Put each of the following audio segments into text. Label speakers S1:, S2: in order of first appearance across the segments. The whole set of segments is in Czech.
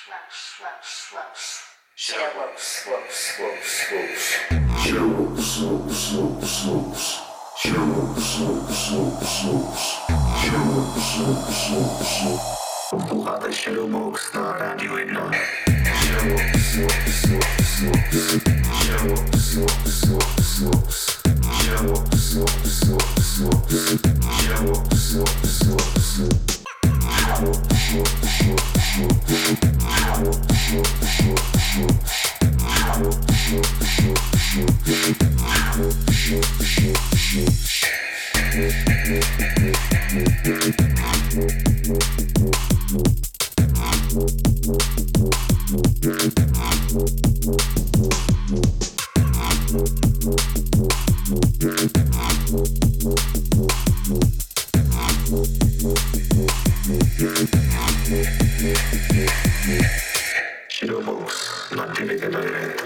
S1: Posloucháte Shadowbox na rádiu 1. Shadowbox na Activity Direct.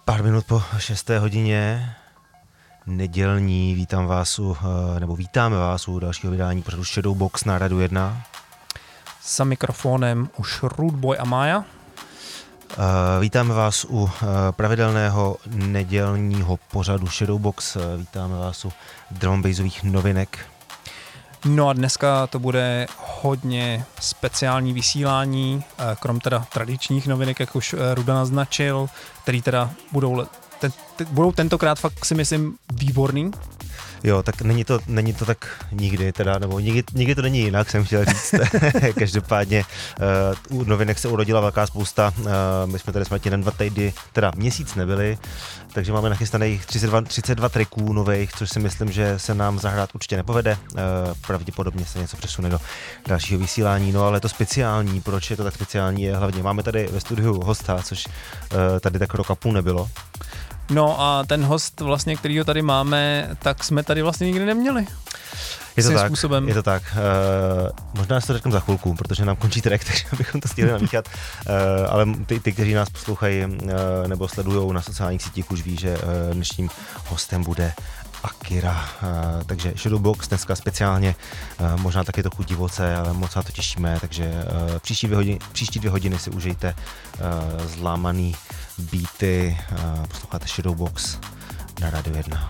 S2: Pár minut po 6. hodině nedělní vítáme vás u dalšího vydání pořadu Shadowbox na Radu 1.
S3: Za mikrofonem už Rootboy a Mája.
S2: Vítáme vás u pravidelného nedělního pořadu Shadowbox, vítáme vás u drum'n'bassových novinek.
S3: No a dneska to bude hodně speciální vysílání, krom teda tradičních novinek, jak už Ruda naznačil, který teda budou tentokrát fakt si myslím výborný.
S2: Jo, tak není to tak nikdy, teda, nebo nikdy to není jinak, jsem chtěl říct. Každopádně u novinek se urodila velká spousta, my jsme tady snad 1-2 týdny, teda měsíc nebyli, takže máme nachystaných 32 tracků nových, což si myslím, že se nám zahrát určitě nepovede, pravděpodobně se něco přesune do dalšího vysílání, no ale to speciální, proč je to tak speciální, je hlavně, máme tady ve studiu hosta, což tady tak rok a půl nebylo.
S3: No a ten host vlastně, kterýho tady máme, tak jsme tady vlastně nikdy neměli.
S2: Je to tak. Možná si to řeknu za chvilku, protože nám končí track, takže bychom to stihli namíchat. Ale ty, kteří nás poslouchají nebo sledují na sociálních sítích, už ví, že dnešním hostem bude Akira. Takže Shadowbox dneska speciálně, možná taky trochu divoce, ale moc na to těšíme, takže příští 2 hodiny si užijte zlámaný beaty, posloucháte Shadowbox na Radio 1.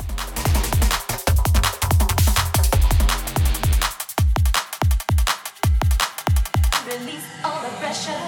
S4: Release all the pressure.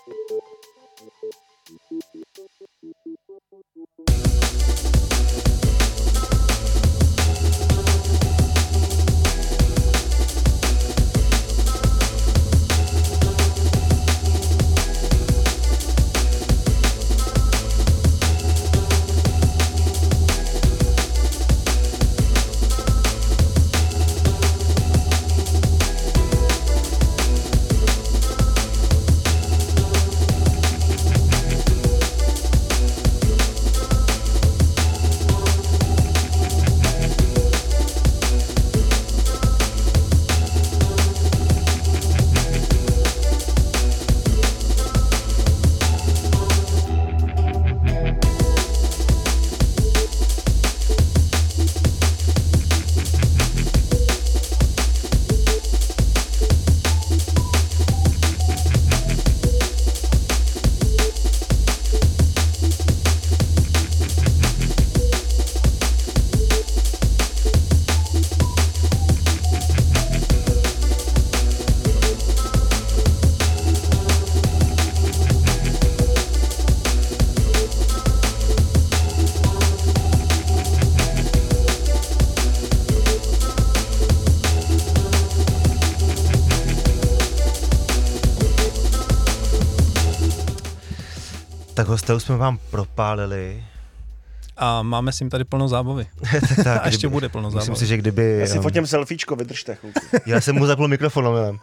S2: Tak hostel jsme vám propálili.
S3: A máme s ním tady plno zábavy.
S2: Tak,
S3: a ještě bude plno zábavy.
S2: Myslím si, že kdyby...
S5: Já si fotím selfiečko, vydržte chvilku.
S2: Já jsem mu zapnul mikrofon omylem.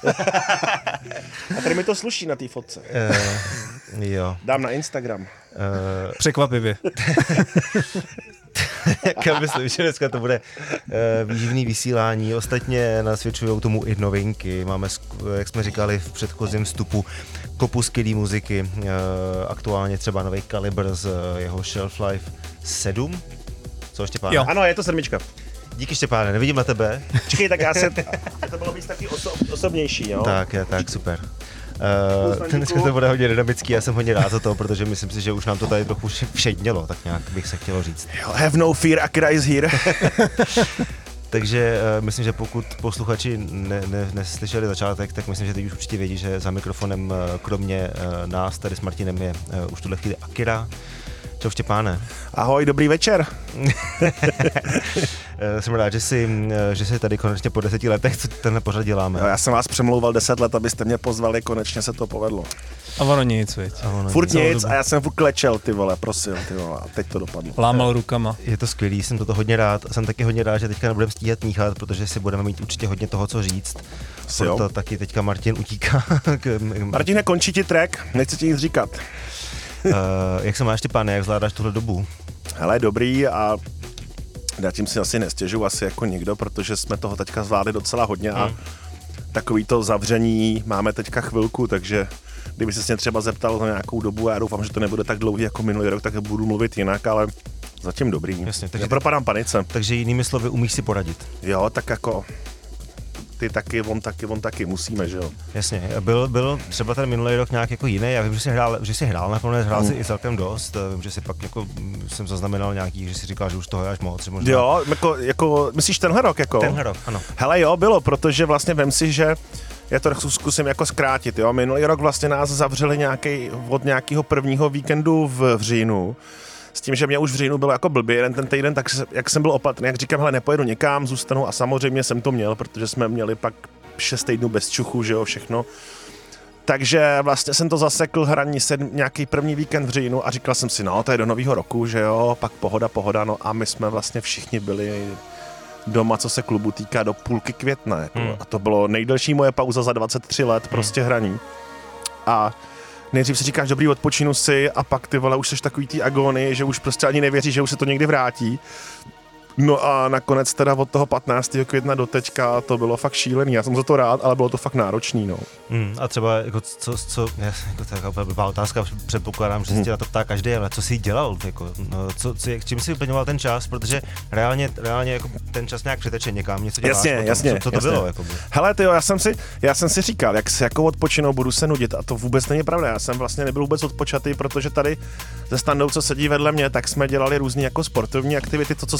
S5: A tady mi to sluší na té fotce.
S2: Jo.
S5: Dám na Instagram.
S3: Překvapivě.
S2: Já myslím, že dneska to bude výživný vysílání. Ostatně nasvědčují tomu i novinky. Máme, jak jsme říkali v předchozím vstupu, kopu skvělý muziky. Aktuálně třeba nový Kaliber z jeho Shelf Life 7. Co, Štěpáne?
S3: Jo.
S5: Ano, je to 7.
S2: Díky, Štěpáne, nevidím na tebe.
S5: Počkej, tak já se... To bylo víc taky osobnější, jo?
S2: Tak, super. Dneska to bude hodně dynamický, já jsem hodně rád za to, protože myslím si, že už nám to tady trochu všednělo, tak nějak bych se chtělo říct.
S5: Jo, have no fear, Akira is here.
S2: Takže myslím, že pokud posluchači neslyšeli začátek, tak myslím, že teď už určitě vědí, že za mikrofonem kromě nás tady s Martinem je už tuhle chvíli Akira. Čau, Štěpáne.
S5: Ahoj, dobrý večer.
S2: Jsem rád, že si tady konečně po 10 letech tenhle pořad děláme.
S5: Jo, já jsem vás přemlouval 10 let, abyste mě pozvali, konečně se to povedlo.
S3: A ono nic, viď.
S5: Furt nic a já jsem furt klečel, ty vole, prosil, ty vole, a teď to dopadlo.
S3: Lámal rukama.
S2: Je to skvělý, jsem toto hodně rád. Jsem taky hodně rád, že teďka nebudeme stíhat míchat, protože si budeme mít určitě hodně toho, co říct. Proto taky teďka Martin utíká.
S5: Martine, končí ti track, nechci ti nic říkat.
S2: Jak se máš, Štěpáne, jak zvládáš tuhle dobu?
S5: Hele, dobrý a já tím si asi nestěžu, asi jako nikdo, protože jsme toho teďka zvládli docela hodně a takový to zavření máme teďka chvilku, takže kdyby se mě třeba zeptal na nějakou dobu, já doufám, že to nebude tak dlouhý jako minulý rok, tak budu mluvit jinak, ale zatím dobrý.
S2: Jasně, takže
S5: nepropadám panice.
S2: Takže jinými slovy, umíš si poradit.
S5: Jo, tak jako ty taky, on taky, musíme, že jo.
S2: Jasně, byl třeba ten minulý rok nějak jako jiný, já vím, že jsi hrál nakonec, hrál si i celkem dost, vím, že si pak jako jsem zaznamenal nějaký, že si říkal, že už toho je až moc. Možná...
S5: Jo, jako myslíš tenhle rok jako?
S2: Tenhle rok, ano.
S5: Hele jo, bylo, protože vlastně vem si, že já to zkusím jako zkrátit, jo, minulý rok vlastně nás zavřeli od nějakého prvního víkendu v říjnu, s tím, že mě už v říjnu bylo jako blbý jeden ten týden, tak jak jsem byl opatrný, jak říkám, hele, nepojedu nikam, zůstanu a samozřejmě jsem to měl, protože jsme měli pak 6 týdnů bez čuchu, že jo, všechno. Takže vlastně jsem to zasekl hraní nějaký první víkend v říjnu a říkal jsem si, no, to je do nového roku, že jo, pak pohoda, no a my jsme vlastně všichni byli doma, co se klubu týká, do půlky května, jako. A to bylo nejdelší moje pauza za 23 let prostě hraní. A nejdřív si říkáš, dobrý, odpočinu si a pak ty vole, už seš takový tý agony, že už prostě ani nevěříš, že už se to někdy vrátí. No a nakonec teda od toho 15. května do teďka to bylo fakt šílený, já jsem za to rád, ale bylo to fakt náročný, no.
S2: A třeba, jako jako taková blbá otázka, předpokládám, že si na to ptá každý, ale co jsi dělal, jako, čím jsi vyplňoval ten čas, protože reálně jako ten čas nějak přeteče někam, něco děláš,
S5: jasně,
S2: co to bylo, jako.
S5: Hele, tyjo, já jsem si říkal, jak se jako odpočinou, budu se nudit a to vůbec není pravda, já jsem vlastně nebyl vůbec odpočatý, protože tady ze Standou, co sedí vedle mě, tak jsme dělali různý jako sportovní aktivity, to, co se v rámci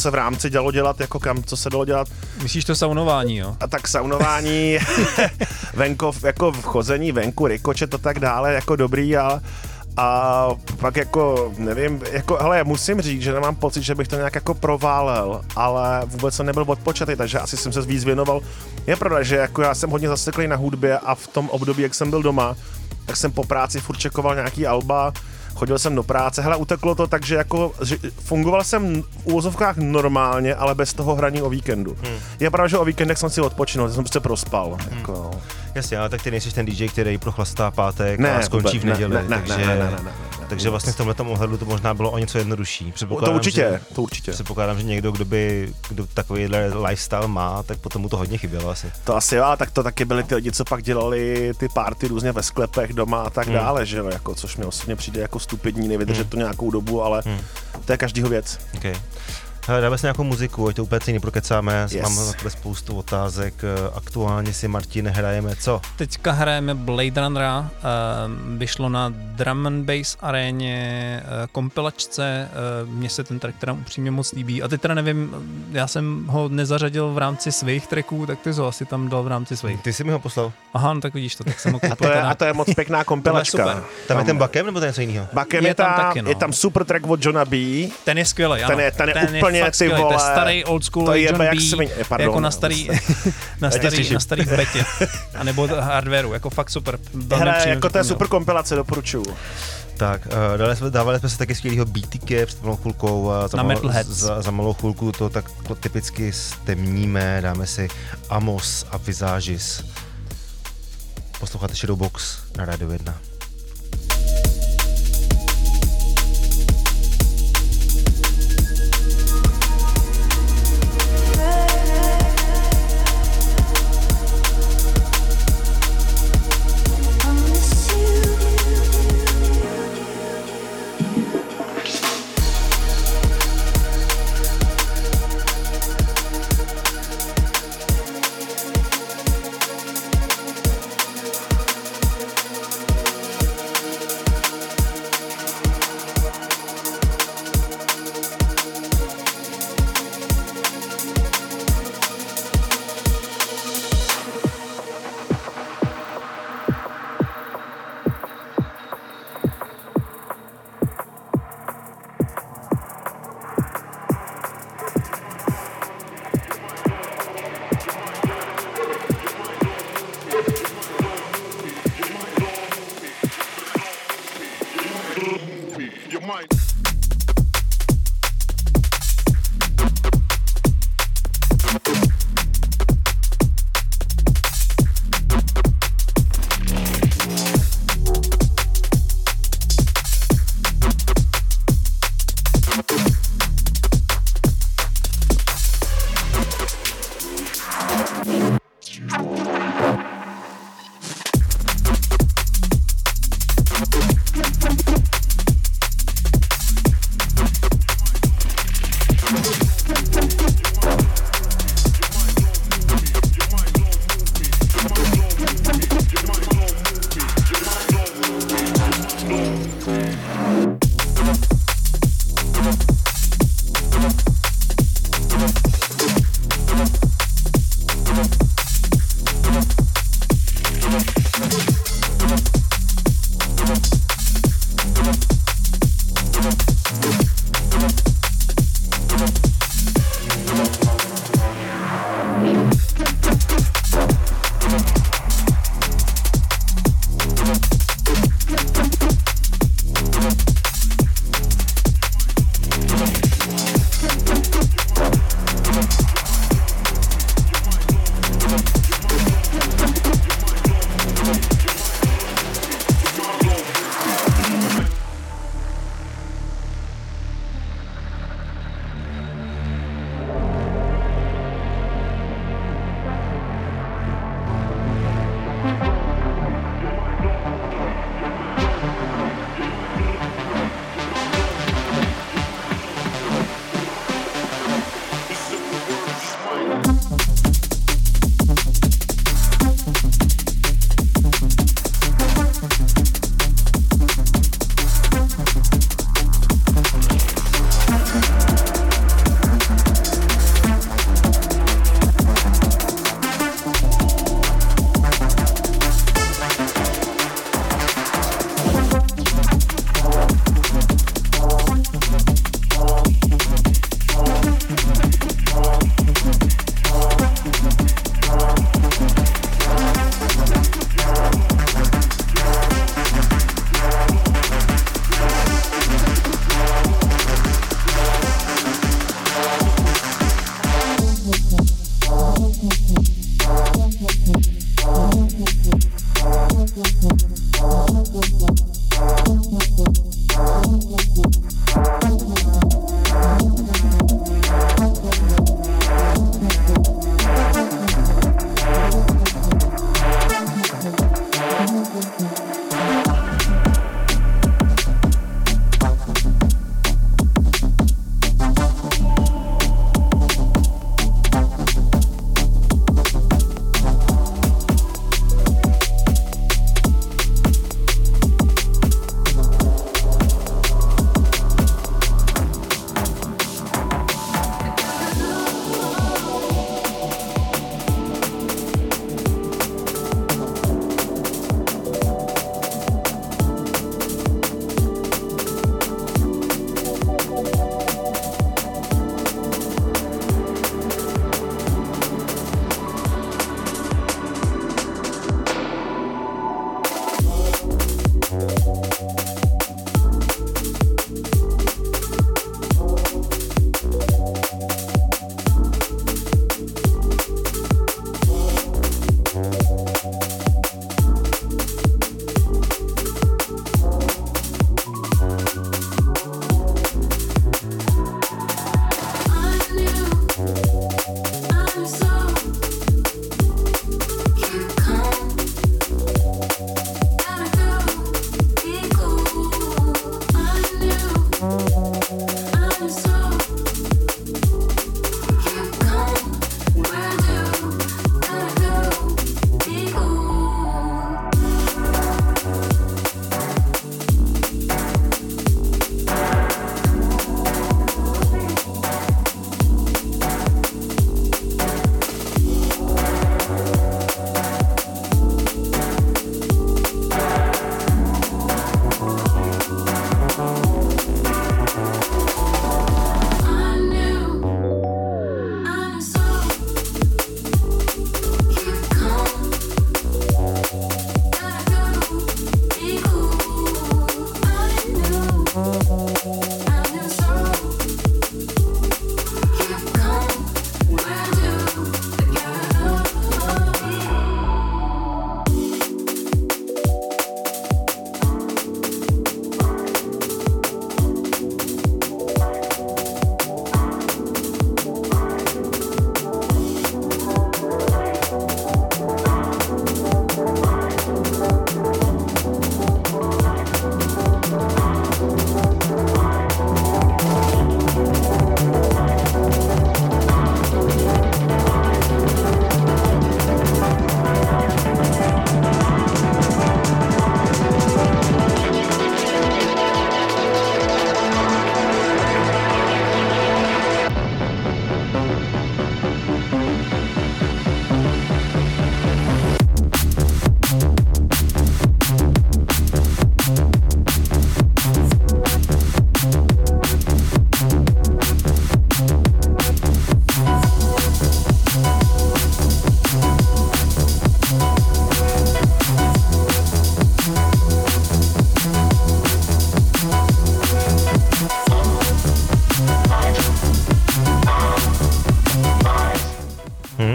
S5: se dělalo dělat, jako kam, co se dalo dělat.
S3: Myslíš to saunování, jo?
S5: A tak saunování, venkov, jako chození venku, rikočet a tak dále, jako dobrý, a pak jako, nevím, jako, hele, musím říct, že nemám pocit, že bych to nějak jako proválel, ale vůbec jsem nebyl odpočatý, takže asi jsem se víc věnoval. Je pravda, že jako já jsem hodně zaseklý na hudbě a v tom období, jak jsem byl doma, tak jsem po práci furt čekoval nějaký alba, chodil jsem do práce, hele, uteklo to tak, že jako že fungoval jsem v úvozovkách normálně, ale bez toho hraní o víkendu. Je pravda, že o víkendech jsem si odpočinul, jsem prostě prospal. Jako.
S2: Jasně, ale tak ty nejsi ten DJ, který prochlastá pátek
S5: Ne,
S2: a skončí v neděli,
S5: ne,
S2: takže vlastně v tomhletom ohledu to možná bylo o něco jednodušší.
S5: To určitě.
S2: Předpokládám, že někdo, kdo takovýhle lifestyle má, tak potom mu to hodně chybělo asi.
S5: To asi jo, ale tak to taky byli ty lidi, co pak dělali ty party různě ve sklepech doma a tak dále, že jo, jako, což mi osobně přijde jako stupidní, nevydržet to nějakou dobu, ale to je každýho věc.
S2: Okay. Hele, dáme si nějakou muziku, ať to úplně neprokecáme, mám na tebe spoustu otázek, aktuálně si, Martine, hrajeme co?
S3: Teďka hrajeme Blade Runnera, vyšlo na Drum and Bass aréně, kompilačce, mně se ten track teda upřímně moc líbí a teď teda nevím, já jsem ho nezařadil v rámci svých tracků, tak ty jsi ho asi tam dal v rámci svých.
S2: Ty jsi mi ho poslal.
S3: Aha, no tak vidíš to, tak jsem ho koupil.
S5: A to je moc pěkná kompilačka.
S2: Tam je ten Bakem nebo to je něco jiného?
S5: Bakem je tam super track od Johna B.
S3: Ten je skvělý, ano.
S5: Ten je úplně ty vole.
S3: To je starý old school John B. Jako na starý betě. A nebo hardwareu, jako fakt super.
S5: Jako to je super kompilace, doporučuju.
S2: Tak, dávali jsme se taky skvělýho BTK před malou chvilkou a za malou chvilku to tak to typicky stemníme, dáme si Amos a Visages. Posloucháte Shadowbox na Radio 1.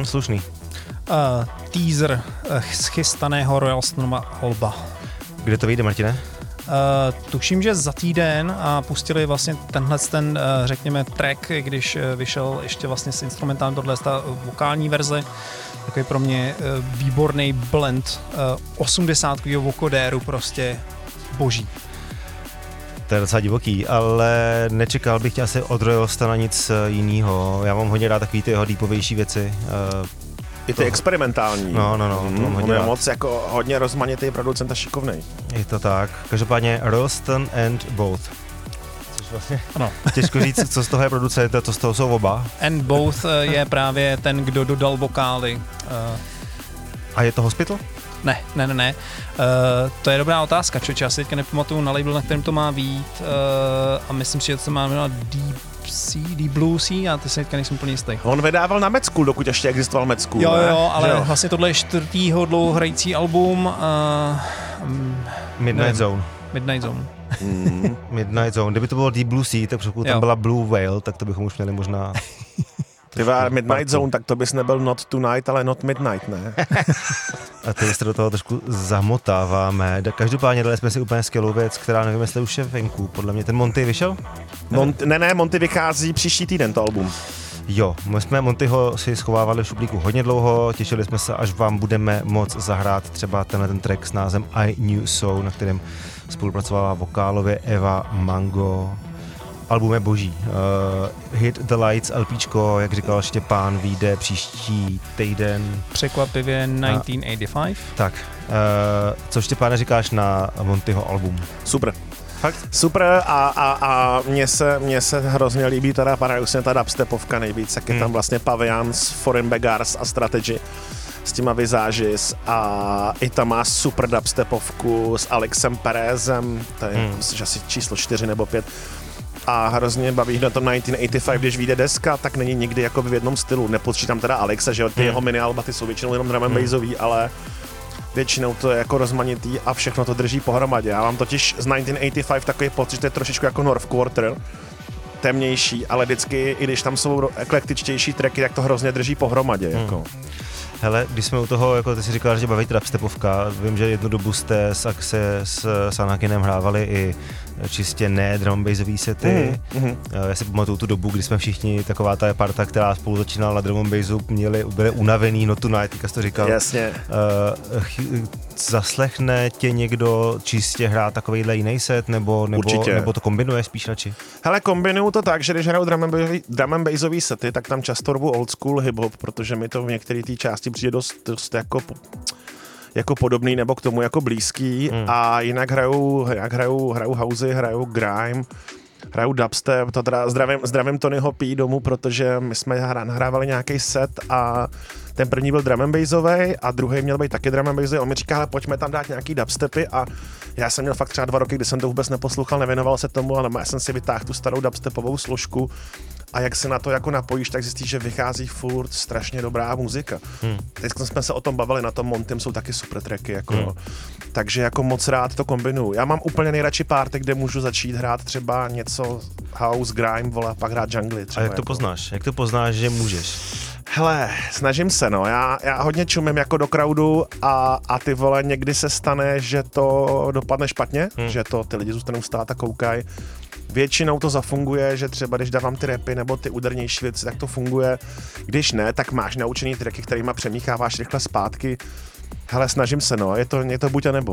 S2: slušný.
S3: Teaser schystaného Royalstonova alba.
S2: Kde to vyjde, Martine?
S3: Tuším, že za týden a pustili vlastně ten, řekněme, track, když vyšel ještě vlastně s instrumentálem, tohle ta vokální verze. Takový pro mě výborný blend 80kového vokodéru, prostě boží.
S2: To je docela divoký, ale nečekal bych tě asi od Royalstona nic jinýho. Já mám hodně rád takový ty jeho deepovější věci.
S5: Je to experimentální.
S2: No,
S5: On je moc jako hodně rozmanitý producent a šikovnej.
S2: Je to tak. Každopádně Royalston and Both. Což vlastně
S3: ano.
S2: Těžko říct, co z toho je producent, co z toho jsou oba.
S3: And Both je právě ten, kdo dodal vokály.
S2: A je to Hospital?
S3: Ne. To je dobrá otázka, člověče. Já si teďka nepamatuju na label, na kterém to má být. A myslím si, že to se má jmenovat Deep Blue Sea, já ty se teďka nejsem úplně jistý.
S5: On vydával na Mecku, dokud ještě existoval Mecku.
S3: Jo, ale vlastně tohle je čtvrtýho dlouhohrající album.
S2: Midnight Zone.
S3: Midnight Zone.
S2: Kdyby to bylo Deep Blue Sea, tak pokud tam byla Blue Whale, tak to bychom už měli možná...
S5: Midnight Zone, tak to bys nebyl Not Tonight, ale Not Midnight, ne?
S2: A teď se do toho trošku zamotáváme. Každopádně dali jsme si úplně skvělou věc, která nevím, jestli už je venku. Podle mě ten Monty vyšel?
S5: Monty vychází příští týden, to album.
S2: Jo, my jsme Montyho si schovávali v šuplíku hodně dlouho, těšili jsme se, až vám budeme moc zahrát třeba ten track s názvem I Knew So, na kterém spolupracovala vokálově Eva Mango. Album je boží. Hit the Lights, LPčko, jak říkal Štěpán, vyjde příští týden.
S3: Překvapivě 1985.
S2: Tak, co Štěpáne říkáš na Montyho album?
S5: Super.
S2: Fakt?
S5: Super a mně se hrozně líbí teda paradoxně ta dubstepovka nejvíc, jak je tam vlastně Pavians, Foreign Beggars a Strategy s těma Visages a i tam má super dubstepovku s Alexem Perezem, to je asi číslo 4 nebo 5. A hrozně baví na tom 1985, když vyjde deska, tak není nikdy jako v jednom stylu. Nepočítám teda Alexa, že ty jeho mini alba, ty jsou většinou jenom drum and bassový, ale většinou to je jako rozmanitý a všechno to drží pohromadě. Já mám totiž z 1985 takový pocit, že to je trošičku jako North Quarter, temnější, ale vždycky, i když tam jsou eklektičtější tracky, tak to hrozně drží pohromadě. Jako.
S2: Hele, když jsme u toho, jako ty si říkal, že baví dubstepovka, vím, že jednu dobu jste s Anakinem hrávali i čistě ne drum bassový sety. Já si pamatuju tu dobu, kdy jsme všichni, taková ta parta, která spolu začínala na drum bassu, byli unavený, Not Tonight, teďka jsi to říkal.
S5: Jasně.
S2: Zaslechne tě někdo čistě hrát takovejhle jiný set, nebo to kombinuje spíš radši? Hele,
S5: kombinuju to tak, že když hraju drum and bassový sety, tak tam často robu old school hip-hop, protože mi to v některé té části přijde dost jako podobný nebo k tomu jako blízký a jinak hraju housey, hraju grime, hraju dubstep, to teda zdravím Tonyho P domů, protože my jsme nahrávali nějaký set a ten první byl drum and bassovej a druhý měl být taky drum and bassovej. On mi říká, ale pojďme tam dát nějaký dubstepy a já jsem měl fakt třeba 2 roky, kdy jsem to vůbec neposlouchal, nevěnoval se tomu, ale já jsem si vytáhl tu starou dubstepovou složku a jak se na to jako napojíš, tak zjistíš, že vychází furt strašně dobrá muzika. Teď jsme se o tom bavili, na tom Montym jsou taky super tracky, jako, takže jako moc rád to kombinuju. Já mám úplně nejradši party, kde můžu začít hrát třeba něco house, grime, vole, pak hrát jungle. Třeba,
S2: a jak to poznáš? Jak to poznáš, že můžeš?
S5: Hele, snažím se, no. Já hodně čumím jako do crowdu a ty vole, někdy se stane, že to dopadne špatně, že to ty lidi zůstanou stát a koukají. Většinou to zafunguje, že třeba když dávám ty rapy nebo ty údernější věci, tak to funguje. Když ne, tak máš naučený tracky, kterýma přemícháváš rychle zpátky. Hele, snažím se, no, je to buď a nebo.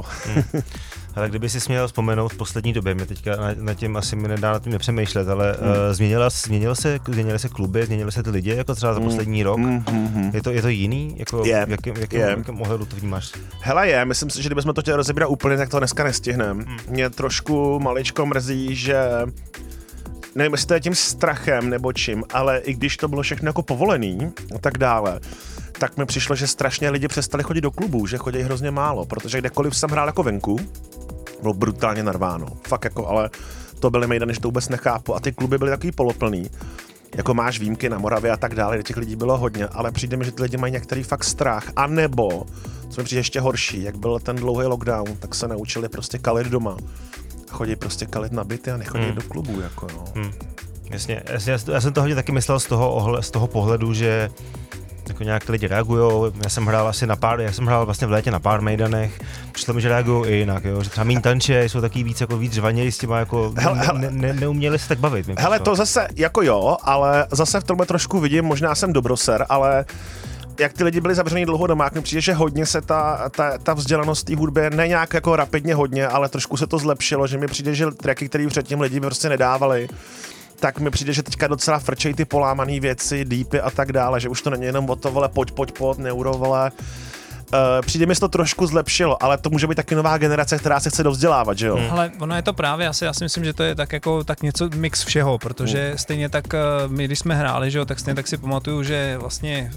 S2: Ale kdyby si směl vzpomenout v poslední době, mě teďka na tím asi mi nedá na tím nepřemýšlet, ale změnily se kluby, změnily se ty lidi, jako třeba za poslední rok? Je to jiný? Jako, v jakém ohledu to vnímáš?
S5: Hele myslím si, že kdybychom to chtěli rozebírat úplně, tak to dneska nestihneme. Mě trošku maličko mrzí, že nevím, jestli to je tím strachem nebo čím, ale i když to bylo všechno jako povolený a tak dále, tak mi přišlo, že strašně lidi přestali chodit do klubů, že chodí hrozně málo, protože kdekoliv jsem hrál jako venku, bylo brutálně narváno. Fakt jako, ale to byly mejdany, že to vůbec nechápu a ty kluby byly takový poloplný. Jako máš výjimky na Moravě a tak dále, kde těch lidí bylo hodně, ale přijde mi, že ty lidi mají některý fakt strach. A nebo, co mi přijde ještě horší, jak byl ten dlouhý lockdown, tak se naučili prostě kalit doma. Chodí prostě kalit na byty a nechodí do klubů, jako no.
S2: Jasně, já jsem to hodně taky myslel z toho pohledu, že jako nějak ty lidi reagujou. Já jsem hrál vlastně v létě na pár mejdanech, přišlo mi, že reagujou i jinak, jo, že třeba míň tanče, jsou taky víc řvaněji s těma, jako neuměli se tak bavit.
S5: Hele, to zase jako jo, ale zase v tomhle trošku vidím, možná jsem dobroser, ale jak ty lidi byli zavřený dlouho doma, jak mi přijde, že hodně se ta vzdělanost té hudby, ne nějak jako rapidně hodně, ale trošku se to zlepšilo, že mi přijde, že tracky, který předtím lidi prostě nedávali, tak mi přijde, že teďka docela frčejí ty polámané věci, deepy a tak dále, že už to není jenom o to, vole, pojď, neuro, vole. Přijde mi se to trošku zlepšilo, ale to může být taky nová generace, která se chce dovzdělávat, že jo?
S3: Ale ono je to právě, já si myslím, že to je tak něco mix všeho, protože stejně tak my, když jsme hráli, že jo, tak stejně tak si pamatuju, že vlastně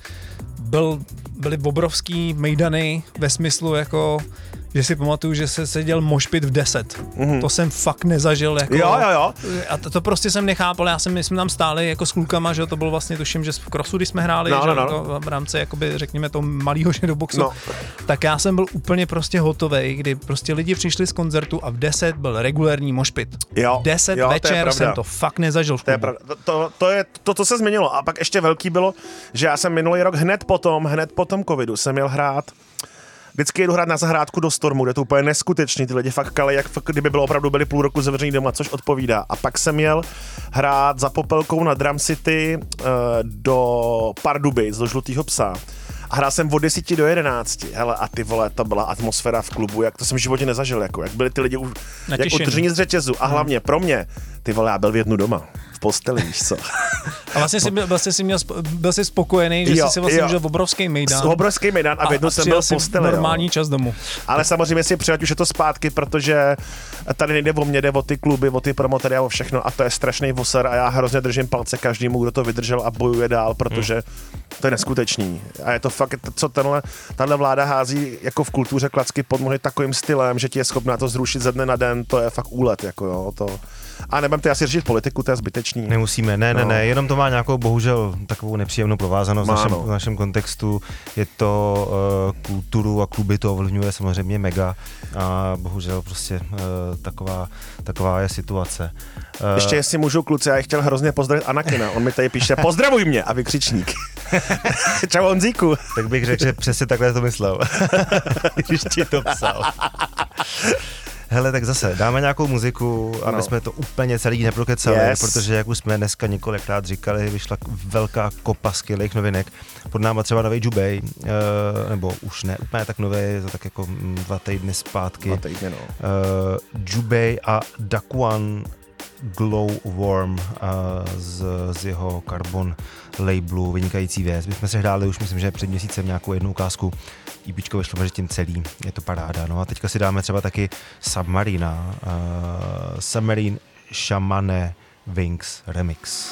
S3: byly obrovský mejdany ve smyslu jako, že si pamatuju, že se seděl mošpit v 10. To jsem fakt nezažil. Jako,
S5: jo.
S3: A to prostě jsem nechápal. My jsme tam stáli jako s klukama, že to bylo vlastně, tuším, že v crossu, když jsme hráli, v rámci, jakoby, řekněme, toho malého shadowboxu, tak já jsem byl úplně prostě hotovej, kdy prostě lidi přišli z koncertu a v 10 byl regulérní mošpit. V 10 večer jsem to fakt nezažil v klubu.
S5: To se změnilo. A pak ještě velký bylo, že já jsem minulý rok hned potom covidu jsem měl hrát. Vždycky jedu hrát na zahrádku do Stormu, kde to úplně neskutečný, ty lidi fakt kali, jak kdyby byli půl roku zavřený doma, což odpovídá. A pak jsem měl hrát za Popelkou na Drum City do Pardubic, do Žlutýho psa. A hrál jsem od 10 do 11. Hele, a ty vole, to byla atmosféra v klubu, jak to jsem v životě nezažil, jak byli ty lidi jak udržení z řetězu. A hlavně pro mě, ty vole, já byl v jednu doma. V posteli, víš co.
S3: A vlastně byl jsi spokojený, že jsi si vlastně užil obrovský mejdán.
S5: A v jednu jsem byl v posteli.
S3: Normální čas domů.
S5: Ale samozřejmě si přijat už je to zpátky, protože tady nejde o mě, jde o ty kluby, o ty promotory a o všechno a to je strašný voser a já hrozně držím palce každému, kdo to vydržel a bojuje dál, protože to je neskutečný. A je to fakt, co tahle vláda hází jako v kultuře klacky pod nohy takovým stylem, že ti je schopná to zrušit ze dne na den, to je fakt úlet, jako jo, to. A nebudem ty asi řešit politiku, to je zbytečný.
S2: Nemusíme, ne, jenom to má nějakou bohužel takovou nepříjemnou provázanost v našem kontextu. Je to kulturu a kluby to ovlivňuje samozřejmě mega a bohužel prostě taková je situace.
S5: Ještě jestli můžu, kluci, já chtěl hrozně pozdravit Anakina, on mi tady píše pozdravuj mě a vykřičník. Čau Honzíku.
S2: Tak bych řekl, že přesně takhle to myslel. Když ti to psal. Hele, tak zase dáme nějakou muziku, aby jsme to úplně celý neprokecali, protože jak už jsme dneska několikrát říkali, vyšla velká kopa skvělých novinek. Pod náma třeba nový Jubei, nebo už ne úplně tak nový, je to tak jako 2 týdny zpátky.
S5: 2 týdny, no.
S2: Jubei a Daquan Glowworm z jeho Carbon labelu, vynikající věc. My jsme se hráli už, myslím, že před měsícem nějakou jednu ukázku. EPčko vyšlo mezi tím celý, je to paráda. No a teďka si dáme třeba taky Submarina, Submarine Shamane Wings Remix.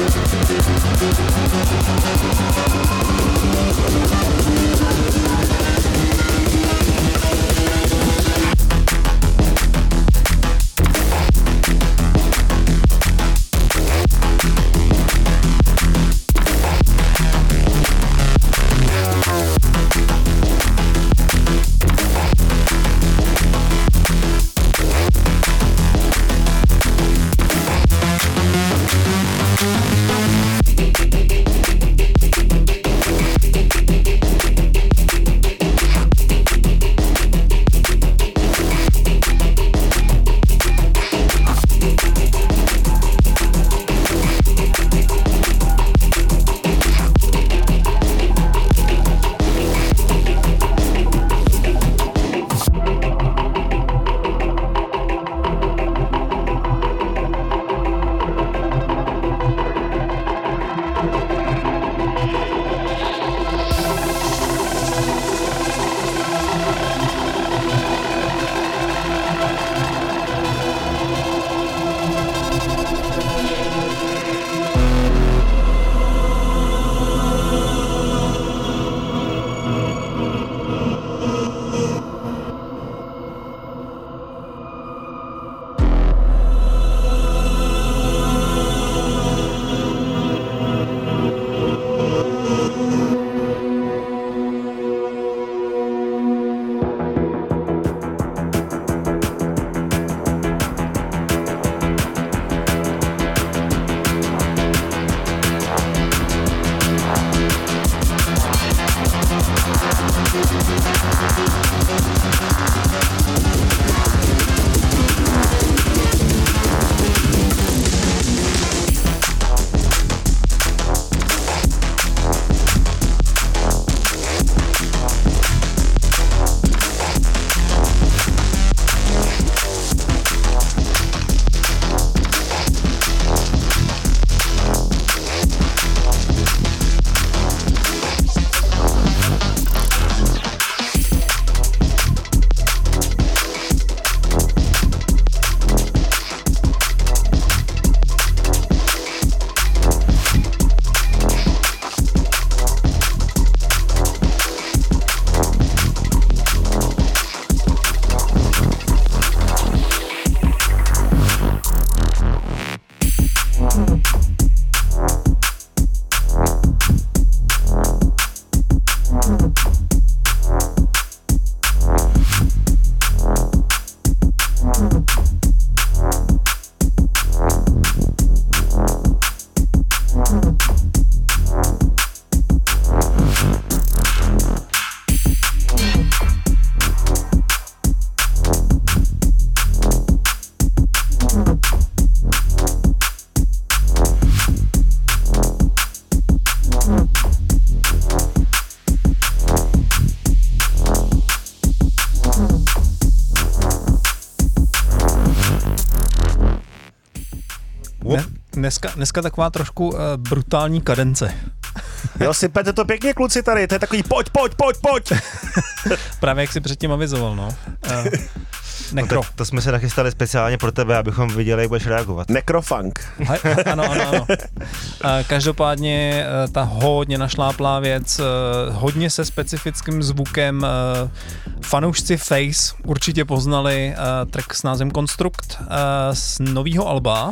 S3: Dneska taková trošku brutální kadence.
S5: Jo, sypete to pěkně, kluci, tady, to je takový pojď.
S3: Právě jak jsi předtím avizoval, no. Nekro.
S2: No to jsme se nachystali speciálně pro tebe, abychom viděli, jak budeš reagovat.
S5: Nekrofunk.
S3: Ano. Každopádně ta hodně našláplá věc, hodně se specifickým zvukem. Fanoušci Face určitě poznali track s názvem Construct z nového alba.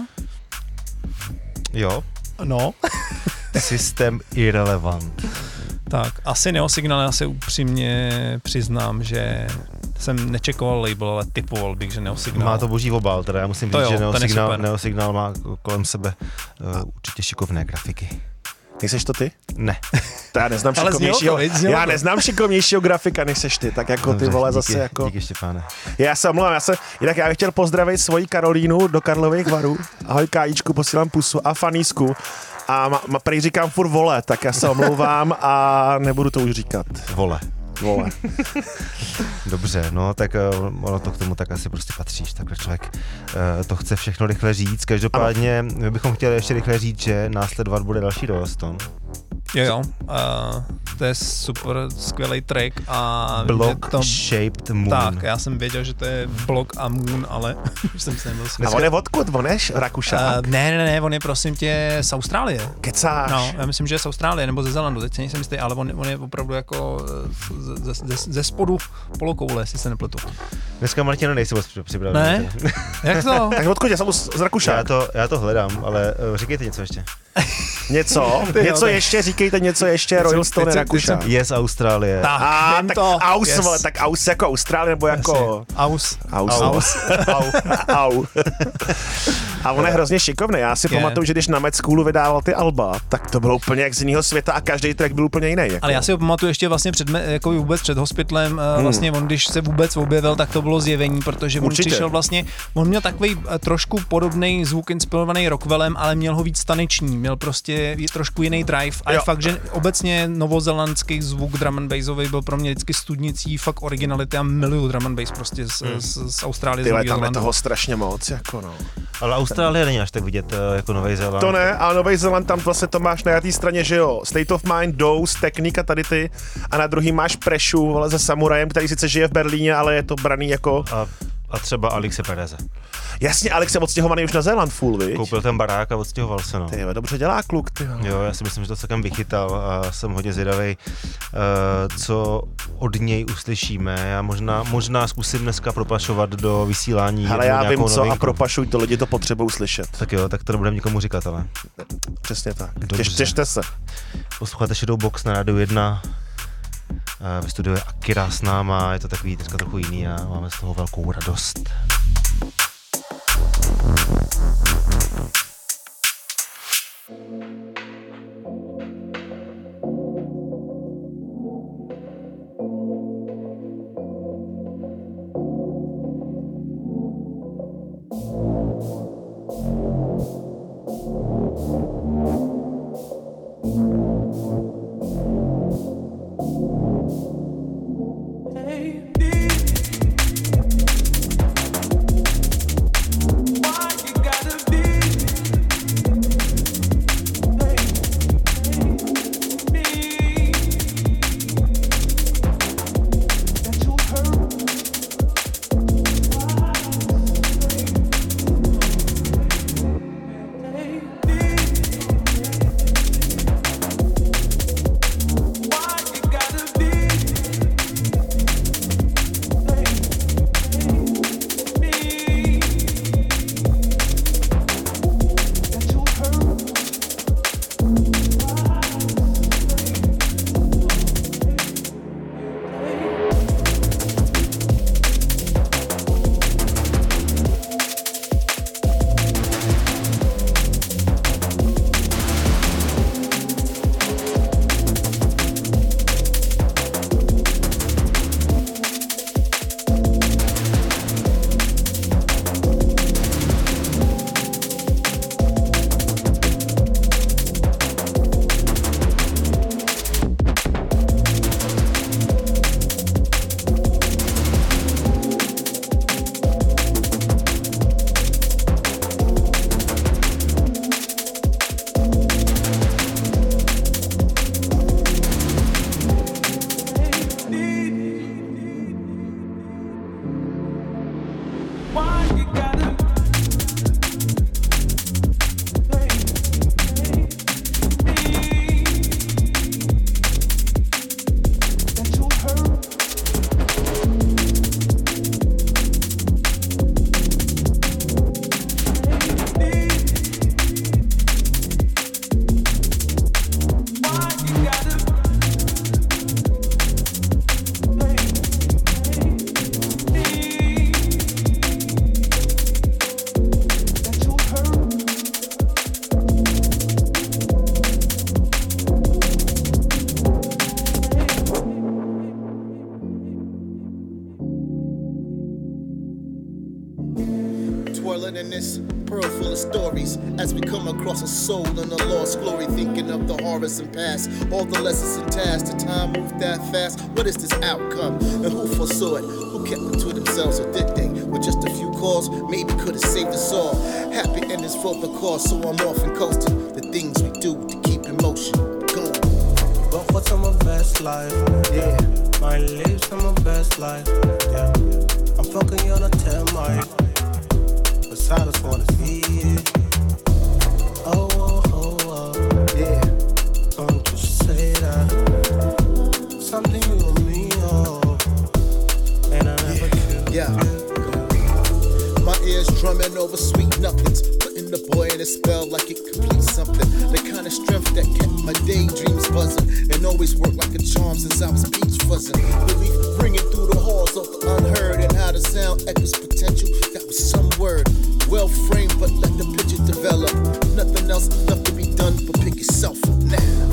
S2: Jo.
S3: No.
S2: System Irrelevant.
S3: Tak, asi Neosignal, já se upřímně přiznám, že jsem nečekoval label, ale typoval bych, že Neosignal.
S2: Má to boží obal, teda já musím říct, že Neosignal má kolem sebe určitě šikovné grafiky.
S5: Nejseš to ty?
S2: Ne.
S5: To já neznám šikovnějšího grafika, než seš ty, tak jako dobře, ty vole díky, zase jako...
S2: Díky, Štěpáne.
S5: Já se omlouvám, jinak já bych chtěl pozdravit svoji Karolínu do Karlových Varů. Ahoj Kájíčku, posílám pusu a Fanísku. A prej říkám furt vole, tak já se omlouvám a nebudu to už říkat.
S2: Vole. Dobře, no tak ono to k tomu tak asi prostě patříš, takhle člověk to chce všechno rychle říct. Každopádně my bychom chtěli ještě rychle říct, že následovat bude další Rolling Stone.
S3: Jo, to je super skvělý track a
S2: Block Shaped Moon.
S3: Tak, já jsem věděl, že to je Block a Moon, ale už jsem si nebyl
S5: A on je odkud? On je Rakušák?
S3: Ne, on je prosím tě z Austrálie.
S5: Kecáš?
S3: No, já myslím, že je z Austrálie nebo ze Zelandu, teď si nejsem jistý, ale on je opravdu jako ze spodu polokoule, jestli se nepletu.
S2: Dneska, Martina, nejsi moc připravený.
S3: Ne? Jak to?
S5: Tak odkud je? Jsem z Rakušák.
S2: Já to hledám, ale říkejte něco ještě.
S5: Něco ještě, říkejte něco ještě, Royalstone Rakušák.
S2: Je z Austrálie.
S3: Tak
S5: Aus,
S3: yes.
S5: tak Aus jako Austrálie, nebo jako...
S3: Aus.
S5: Au. A on je hrozně šikovný. Já si pamatuju, že když na Med Schoolu vydával ty alba, tak to bylo úplně jak z jiného světa a každý track byl úplně jiný. Jako.
S3: Ale já si ho pamatuju ještě vlastně jako vůbec před Hospitalem, vlastně on, když se vůbec objevil, tak to bylo zjevení, protože on přišel vlastně, on měl takový trošku podobný zvuk inspirovaný Rockwellem, ale měl ho víc taneční, měl prostě trošku jiný drive a je fakt, že obecně novozelandský zvuk drum and bassový byl pro mě vždycky studnicí, fakt originality a miluju drum and bass prostě z Austrálie.
S5: Tyhle, tam je toho strašně moc, jako no.
S2: Ale Austrálie není až tak vidět jako Nový Zéland.
S5: To ne, ale Nový Zéland tam vlastně to máš na té straně, že jo, State of Mind, Dose, Technika, tady ty, a na druhý máš Preshu, vole, se Samurajem, který sice žije v Berlíně, ale je to braný jako...
S2: A třeba Alexe Pereze.
S5: Jasně, Alex je odstěhovaný už na Zéland full, viď?
S2: Koupil ten barák a odstěhoval se, no.
S5: Ty dobře dělá kluk, ty.
S2: Jo, já si myslím, že to celkem vychytal a jsem hodně zvědavej, co od něj uslyšíme. Já možná zkusím dneska propašovat do vysílání.
S5: Ale já vím co
S2: novinku.
S5: A propašuj to, lidi to potřebují slyšet.
S2: Tak jo, tak to nebudeme nikomu říkat, ale.
S5: Přesně tak.
S2: Dobře.
S5: Těšte se.
S2: Posloucháte Shadowbox na Rádiu 1. Ve studiu je Akira s náma, je to takový dneska trochu jiný a máme z toho velkou radost.
S6: Twirling in this pearl full of stories as we come across a soul in a lost glory, thinking of the horrors and past, all the lessons and tasks. The time moved that fast. What is this outcome? And who foresaw it? Who kept it to themselves, or did they? With just a few calls, maybe could have saved us all. Happy endings for the cause, so I'm off and coasting. The things we do to keep in motion. Go.
S7: life. Yeah, my lips are my best life. Yeah, I'm fucking you on a 10 mic. But silence wanna see it. Oh, oh, oh, oh, yeah. Don't you say that. Something you and me, oh. And I never killed.
S6: Yeah. My ears drumming over sweet nothings, putting the boy in a spell like it completes something. The kind of strength that kept my daydreams buzzing and always worked like a charm since I was peach fuzzing. Belief ringing through the halls of the unheard and how the sound echoes potential. That was some word, well framed, but let the picture develop. Nothing else left to be done but pick yourself up now.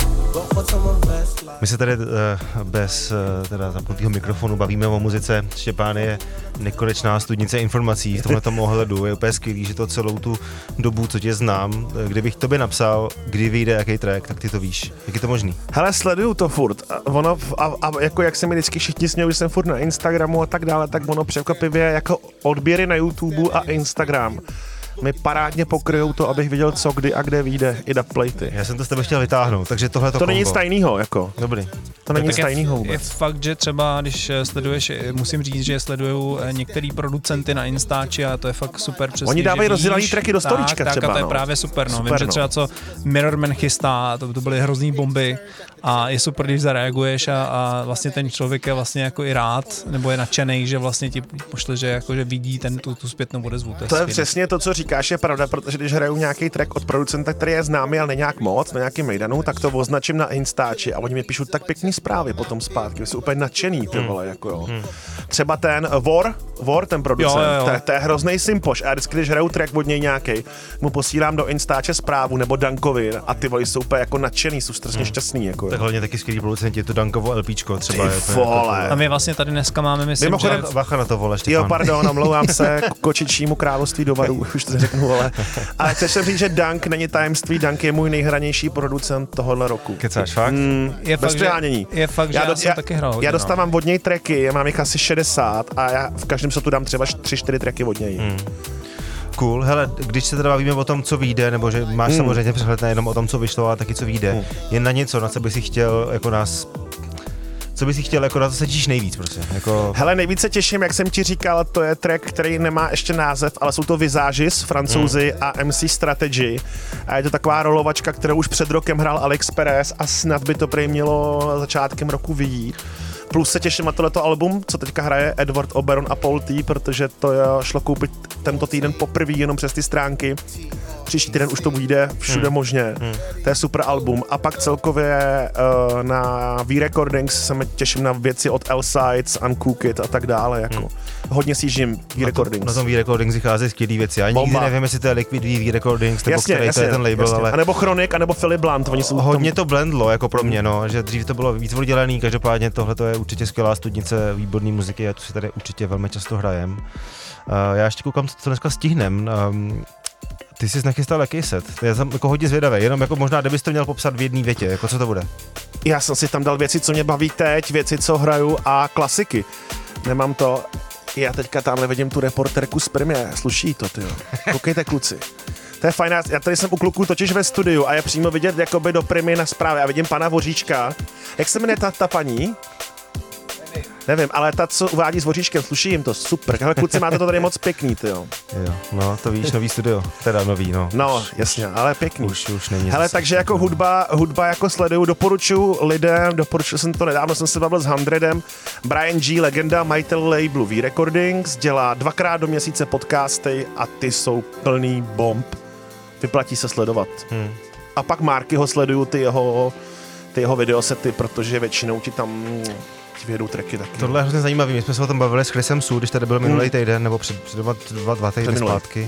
S2: My se tady bez teda zapnutého mikrofonu bavíme o muzice. Štěpán je nekonečná studnice informací v tomhletom ohledu. Je úplně skvělý, že to celou tu dobu, co tě znám, kdybych tobě napsal, kdy vyjde jaký track, tak ty to víš. Jak je to možný?
S5: Hele, sleduju to furt. Ono, a jako jak se mi vždycky všichni smějí, že jsem furt na Instagramu a tak dále, tak ono překvapivě jako odběry na YouTube a Instagram mi parádně pokryjou to, abych viděl, co kdy a kde vyjde i dubplaty.
S2: Já jsem to s tebe chtěl vytáhnout, takže tohle
S5: to není nic tajného, jako.
S2: Dobrý.
S5: To není nic tajného vůbec.
S3: Je fakt, že třeba, když sleduješ, musím říct, že sleduju některý producenty na Instači a to je fakt super přesně.
S5: Oni dávají rozdělaný tracky do storíčka třeba.
S3: Tak a to je právě super, no. Vím, že třeba co Mirrorman chystá, to byly hrozný bomby a je super, když zareaguješ a vlastně ten člověk je vlastně jako i rád, nebo je nadšenej, že vlastně ti pošle, že jako, že vidí tu zpětnou odezvu.
S5: To je přesně to, co říkáš, je pravda, protože když hraju nějaký track od producenta, který je známý, ale ne nějak moc, na nějakým mejdanu, tak to označím na Instači a oni mi píšou tak pěkný zprávy potom zpátky, jsou úplně nadšený, ty vole, jako jo. Třeba ten War, ten producent, jo. To je hrozný simpoš a já vždycky, když hraju track od něj nějaký, mu posílám do Instače zprávu nebo Dankovi a ty vole jsou úplně jako nadšený, jsou strašně šťastný, jako.
S2: Tak hlavně taky skvělý producenti, to Dankovo LPčko třeba.
S5: Ty vole.
S3: A my vlastně tady dneska máme, myslím,
S2: že... Bacha na to, vole, Štěpán.
S5: Jo, pardon, omlouvám se kočičímu království do varu, už to řeknu, vole. Ale chceš říct, že Dank není tajemství, Dank je můj nejhranější producent tohohle roku.
S2: Kecáš, fakt?
S5: Bez přehánění.
S3: Je fakt, že já jsem taky hrál hodně.
S5: Já dostávám od něj tracky, já mám jich asi 60 a já v každém setu dám třeba 3-4 tracky od něj.
S2: Cool, hele, když se teda bavíme o tom, co vyjde, nebo že máš samozřejmě přehled nejenom o tom, co vyšlo, ale taky co vyjde, je na něco, na co bys si chtěl jako nás... Co bys si chtěl, jako na to se těšíš nejvíc, prostě? Jako...
S5: Hele, nejvíc se těším, jak jsem ti říkal, to je track, který nemá ještě název, ale jsou to Visages, Francouzi a MC Strategy. A je to taková rolovačka, kterou už před rokem hrál Alex Perez a snad by to prý mělo začátkem roku vyjít. Plus se těším na tohleto album, co teďka hraje Edward Oberon a Paul T, protože to šlo koupit tento týden poprvé jenom přes ty stránky. Příští týden už to vyjde všude možně. To je super album. A pak celkově na V-Recordings se těším na věci od L-Sides, Uncooked a tak dále. Jako. Hodně si žijím V-Recordings.
S2: Na tom V-Recordings vychází skvělý věci. Já nikdy nevím, jestli to je Liquid V-Recordings, nebo který to je ten label. Ale...
S5: A nebo Chronic, a nebo Philip Blunt. Oni jsou
S2: hodně to blendlo, jako pro mě, no, že dřív to bylo víc oddělený, každopádně tohle to je určitě skvělá studnice výborné muziky a tu si tady určitě velmi často hrajem. Já ještě koukám, co dneska stihnem. Ty jsi nachystal jaký set? Já jsem jako hodně zvědavý, jenom jako možná, kdybys to měl popsat v jedné větě, jako co to bude?
S5: Já jsem si tam dal věci, co mě baví teď, věci, co hraju a klasiky. Nemám to, já teďka tamhle vidím tu reporterku z Primě, sluší to, tyjo. Koukejte, kluci. To je fajn, já tady jsem u kluků totiž ve studiu a je přímo vidět jakoby do Primy na zprávě. Já vidím pana Voříčka. Jak se jmenuje ta paní? Nevím, ale ta, co uvádí s Voříčkem, sluší jim to, super. Hele, kluci, máte to tady moc pěkný, tyjo.
S2: Jo, no, to víš, nový studio, teda nový, no.
S5: No, jasně, ale pěkný.
S2: Už není.
S5: Hele, takže jako hudba jako sleduju, doporučuji lidem, doporučil jsem to nedávno, jsem se bavil s Hundredem. Brian G, legenda, majitel labelu V-Recordings, dělá 2x do měsíce podcasty a ty jsou plný bomb. Vyplatí se sledovat. A pak Markyho sleduju, ty jeho videosety, protože většinou ti tam vyjedou tracky taky.
S2: Tohle je hrozně zajímavý, my jsme se o tom bavili s Chrisem Su, když tady byl minulý týden, nebo před dva týdny zpátky.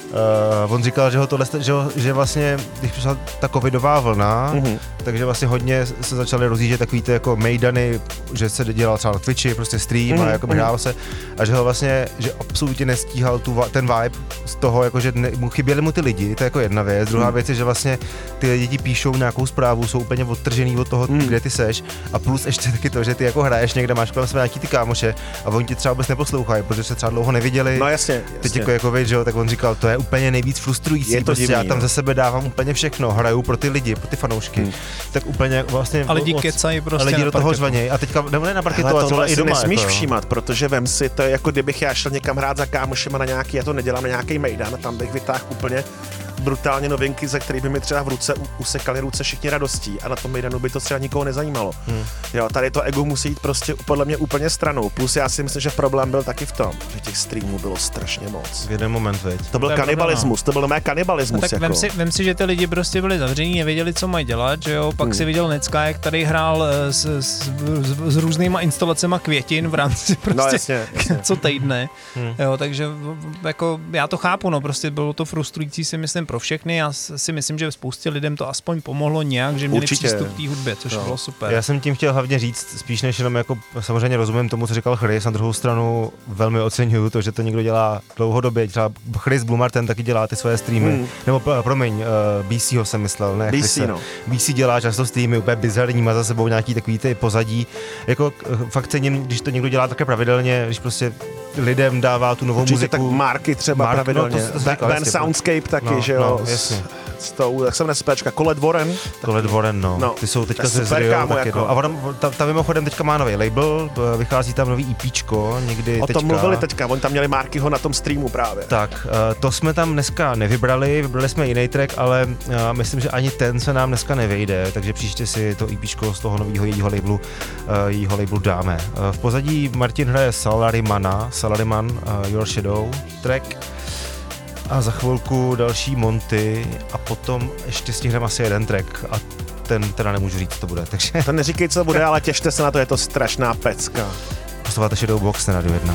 S2: On říkal, že ho tohle, že vlastně, když přišla ta covidová vlna, takže vlastně hodně se začaly rozjíždět takový ty jako mejdany, že se dělal třeba na Twitchi, prostě stream a jako hrál se a že ho vlastně, že absolutně nestíhal ten vibe z toho, jako že chyběly mu ty lidi, to je jako jedna věc. Druhá věc je, že vlastně ty lidi ti píšou nějakou zprávu, jsou úplně odtržený od toho, kde ty seš a plus ještě taky to, že ty jako hraješ někde, máš kolem sebe nějaký ty kámoše a oni ti třeba vůbec neposlouchají, protože se třeba dlouho neviděli.
S5: No jasně.
S2: Teď jako víš, že jo, tak on říkal, to je je úplně nejvíc frustrující.
S5: Je to
S2: prostě
S5: divný,
S2: já tam
S5: no.
S2: ze sebe dávám úplně všechno, hraju pro ty lidi, pro ty fanoušky. Tak úplně vlastně...
S3: A lidi kecají prostě
S2: lidi
S3: na
S2: do toho
S3: parketu.
S2: řvanějí. A teďka, nebo ne na parketu, ale
S5: tohle
S2: i
S5: si
S2: doma.
S5: nesmíš
S2: jako,
S5: všímat, protože vem si, to je jako kdybych já šel někam hrát za kámošema na nějaký, já to nedělám na nějaký mejdan, tam bych vytáhl úplně brutálně novinky, za který by mi třeba v ruce usekaly ruce všichni radostí a na tom mejdanu by to třeba nikoho nezajímalo. Jo, tady to ego musí jít prostě podle mě úplně stranou. Plus já si myslím, že problém byl taky v tom, že těch streamů bylo strašně moc.
S2: V jeden moment, veď.
S5: To byl
S3: To je
S5: kanibalismus, to byl mé kanibalismus.
S3: Tak
S5: jako.
S3: vem si, že ty lidi prostě byli zavření, nevěděli, co mají dělat, že jo, pak si viděl Necka, jak tady hrál s různýma instalacema květin v rámci prostě
S5: jasně.
S3: co týdne, jo, takže jako já to chápu, no, prostě bylo to frustrující, si myslím, pro všechny, já si myslím, že spoustě lidem to aspoň pomohlo nějak, že měli
S5: Určitě.
S3: přístup k té hudbě, což bylo super.
S2: Já jsem tím chtěl hlavně říct, spíš než jenom jako samozřejmě rozumím tomu, co říkal Chris, na druhou stranu velmi oceňuju to, že to někdo dělá dlouhodobě, třeba Chris Blumar, ten taky dělá ty svoje streamy, nebo promiň, BCho jsem myslel, ne
S5: BC,
S2: Chrise.
S5: no.
S2: BC dělá často streamy úplně bizarní, má za sebou nějaký takový ty pozadí, jako fakt cením, když to někdo dělá také pravidelně, když prostě lidem dává tu novou
S5: Určitě
S2: muziku.
S5: tak Marky třeba
S2: Mark,
S5: pravidelně.
S2: no, to jsi říkal,
S5: Ben
S2: jasně,
S5: Soundscape taky,
S2: no,
S5: že jo.
S2: no, jasně.
S5: S tou, jak se jmenuje spéčka, Colette Warren.
S2: Colette Warren, no. Ty jsou teďka
S5: to je
S2: se
S5: super,
S2: zryjou
S5: kámo,
S2: taky,
S5: jako.
S2: no. A ona, ta mimochodem teďka má nový label, vychází tam nový EPčko, někdy
S5: O
S2: teďka.
S5: tom mluvili teďka, oni tam měli Markyho na tom streamu právě.
S2: Tak, to jsme tam dneska vybrali jsme jiný track, ale myslím, že ani ten se nám dneska nevejde, takže příště si to EPčko z toho nového jejího labelu dáme. V pozadí Martin hraje Salaryman, Your Shadow track, a za chvilku další Monty a potom ještě stihneme asi jeden track a ten teda nemůžu říct, co to bude, takže...
S5: To neříkej, co bude, ale těšte se na to, je to strašná pecka.
S2: Posloucháte Shadowbox na Radio 1.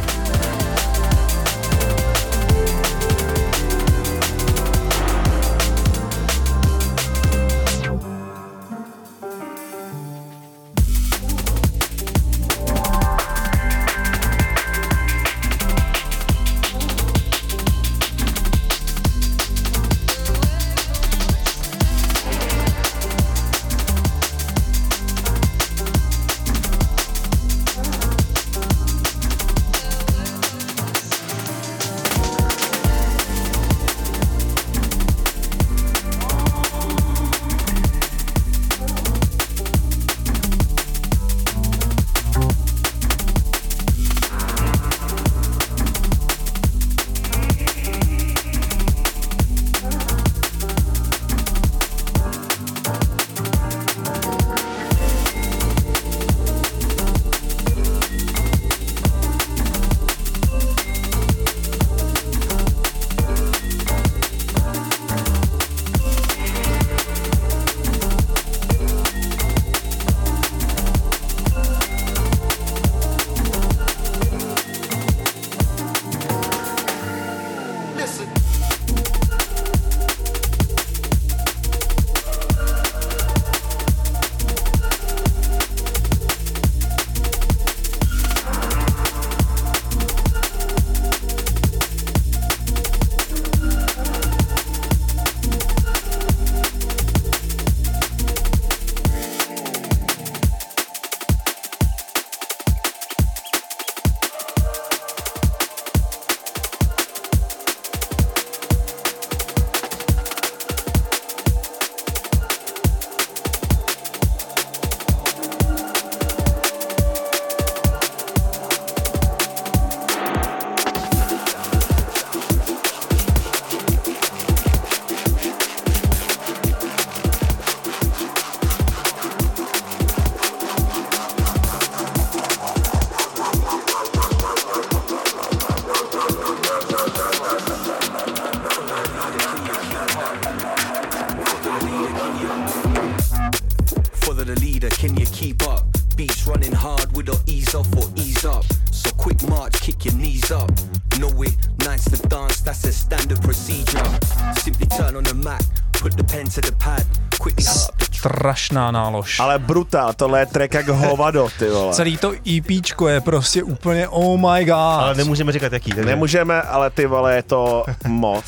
S3: Strašná nálož.
S5: Ale brutál, tohle je track jak hovado, ty vole.
S3: Celý to EPčko je prostě úplně oh my god.
S2: Ale nemůžeme říkat jaký. Takže...
S5: Nemůžeme, ale ty vole, je to moc.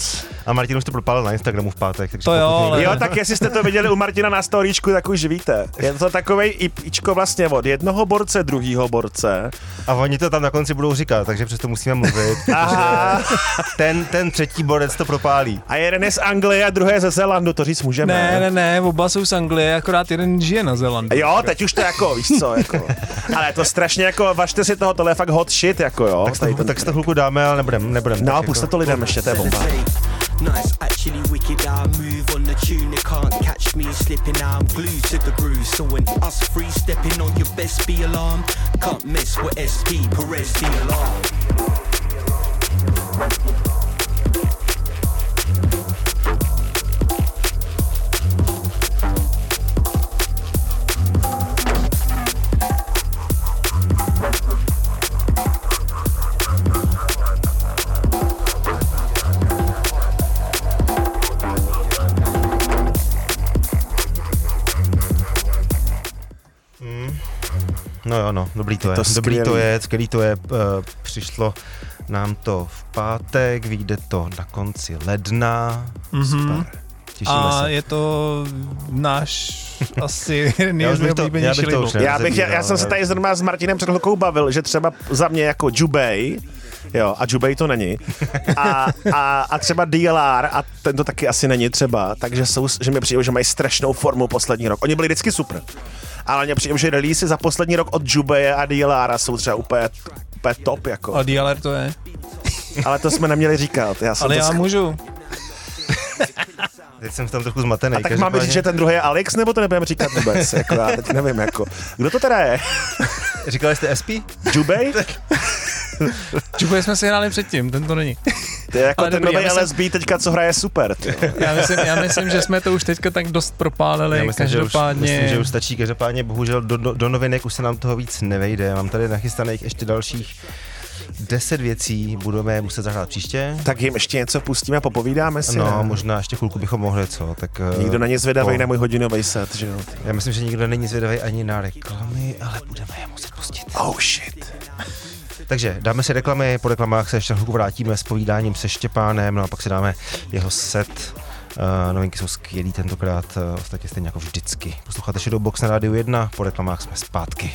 S2: A Martin už to propálil na Instagramu v pátek. Takže
S3: To jo, ale...
S5: Jo, tak jestli jste to viděli u Martina na storíčku, tak už víte. Je to takovej IPčko vlastně od jednoho borce, druhýho borce.
S2: A oni to tam na konci budou říkat, takže přesto musíme mluvit. ten třetí borec to propálí.
S5: A jeden je z Anglie a druhý je ze Zélandu, to říct můžeme.
S3: Ne, oba jsou z Anglie, akorát jeden žije na Zélandu.
S5: Jo, teď už to jako, víš co, jako. Ale to strašně jako, važte si toho, tohle je fakt hot shit, jako jo.
S2: Tak si to chvilku dáme, ale nebudem.
S5: No, puste to lidem ještě, to je bomba.
S8: Nice, actually wicked. I move on the tune, they can't catch me slipping. Now I'm glued to the groove. So when us free stepping on, your best be alarmed. Can't mess with SP, Perez the alarm.
S2: No jo, no, dobrý to je, skvělý to je, přišlo nám to v pátek, vyjde to na konci ledna, super, těšíme se.
S3: Je to náš asi nejoblíbenější label.
S5: Já jsem se tady zrovna s Martinem před chvilkou bavil, že třeba za mě jako Jubei, jo, a Jubei to není. A třeba DLR, a ten to taky asi není třeba, takže že mi přijde, že mají strašnou formu poslední rok. Oni byli vždycky super. Ale mě přijde, že releasy za poslední rok od Jubeje a DLR jsou třeba úplně top, jako.
S3: A DLR to je.
S5: Ale to jsme neměli říkat.
S3: Já můžu.
S2: Teď jsem v tom trochu zmatený.
S5: A tak máme říct, že ten druhý je Alex, nebo to nebudeme říkat vůbec? Jako, já teď nevím, jako. Kdo to teda je?
S2: Říkali jste SP?
S5: Jubej?
S3: Jubej jsme si hráli předtím, ten to není.
S5: To je jako ale ten nový LSB teďka, co hraje super.
S3: Já myslím, že jsme to už teďka tak dost propálili, každopádně.
S2: Myslím, že už stačí, každopádně bohužel do novinek už se nám toho víc nevejde. Mám tady nachystaných ještě dalších 10 věcí, budeme muset zahrát příště.
S5: Tak jim ještě něco pustíme a popovídáme si.
S2: No, možná ještě chvilku bychom mohli, co? Tak,
S5: nikdo není zvědavý na můj hodinový set, že jo?
S2: Já myslím, že nikdo není zvědavý ani na reklamy, ale budeme je muset pustit.
S5: Oh shit.
S2: Takže dáme si reklamy, po reklamách se ještě chvilku vrátíme s povídáním se Štěpánem, no a pak si dáme jeho set. Novinky jsou skvělý tentokrát, ostatně stejně jako vždycky. Posloucháte Shadowbox na Rádiu 1, po reklamách jsme zpátky.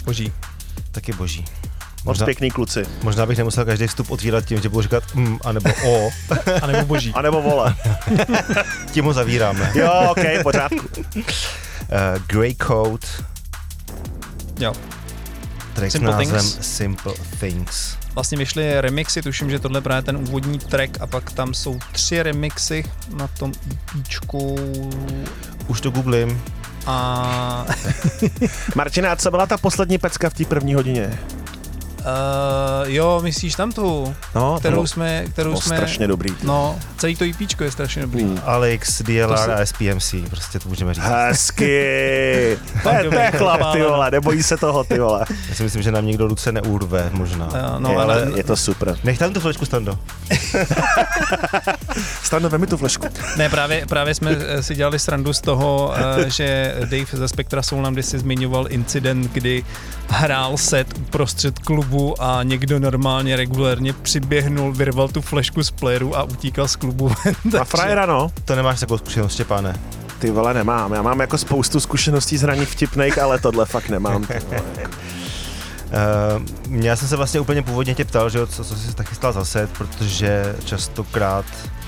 S3: Boží.
S2: Taky boží.
S5: Moc pěkný kluci.
S2: Možná bych nemusel každý vstup otvírat tím, že budu říkat anebo o.
S3: Anebo boží.
S5: Anebo vole.
S2: Tím ho zavíráme.
S5: Jo, ok, pořádku.
S2: Grey Coat.
S3: Jo.
S2: Track s názvem Simple Things.
S3: Vlastně vyšly remixy, tuším, že tohle je právě ten úvodní track a pak tam jsou 3 remixy na tom EPčku.
S2: Už to googlím.
S3: A...
S5: Martina, co byla ta poslední pecka v té první hodině?
S3: Jo, myslíš tam tu, kterou jsme...
S5: strašně dobrý.
S3: No, celý to EPčko je strašně dobrý.
S2: Alex, DLR a SPMC, prostě to můžeme říct.
S5: Hezky. To je chlap, ty vole, nebojí se toho, ty vole.
S2: Já si myslím, že nám někdo ruce neurve, možná.
S5: Ale je to super.
S2: Nech tam tu flečku, Stando.
S5: Stando, vemi tu flešku.
S3: Ne, právě jsme si dělali srandu z toho, že Dave ze Spectra Soul nám kdysi zmiňoval incident, kdy hrál set uprostřed klubu a někdo normálně regulérně přiběhnul, vyrval tu flešku z playeru a utíkal z klubu.
S5: A frajera, no.
S2: To nemáš takovou zkušenost, Štěpáne?
S5: Ty vole, nemám. Já mám jako spoustu zkušeností z hraní vtipných, ale tohle fakt nemám.
S2: Já jsem se vlastně úplně původně tě ptal, že co jsi taky stál za set, protože častokrát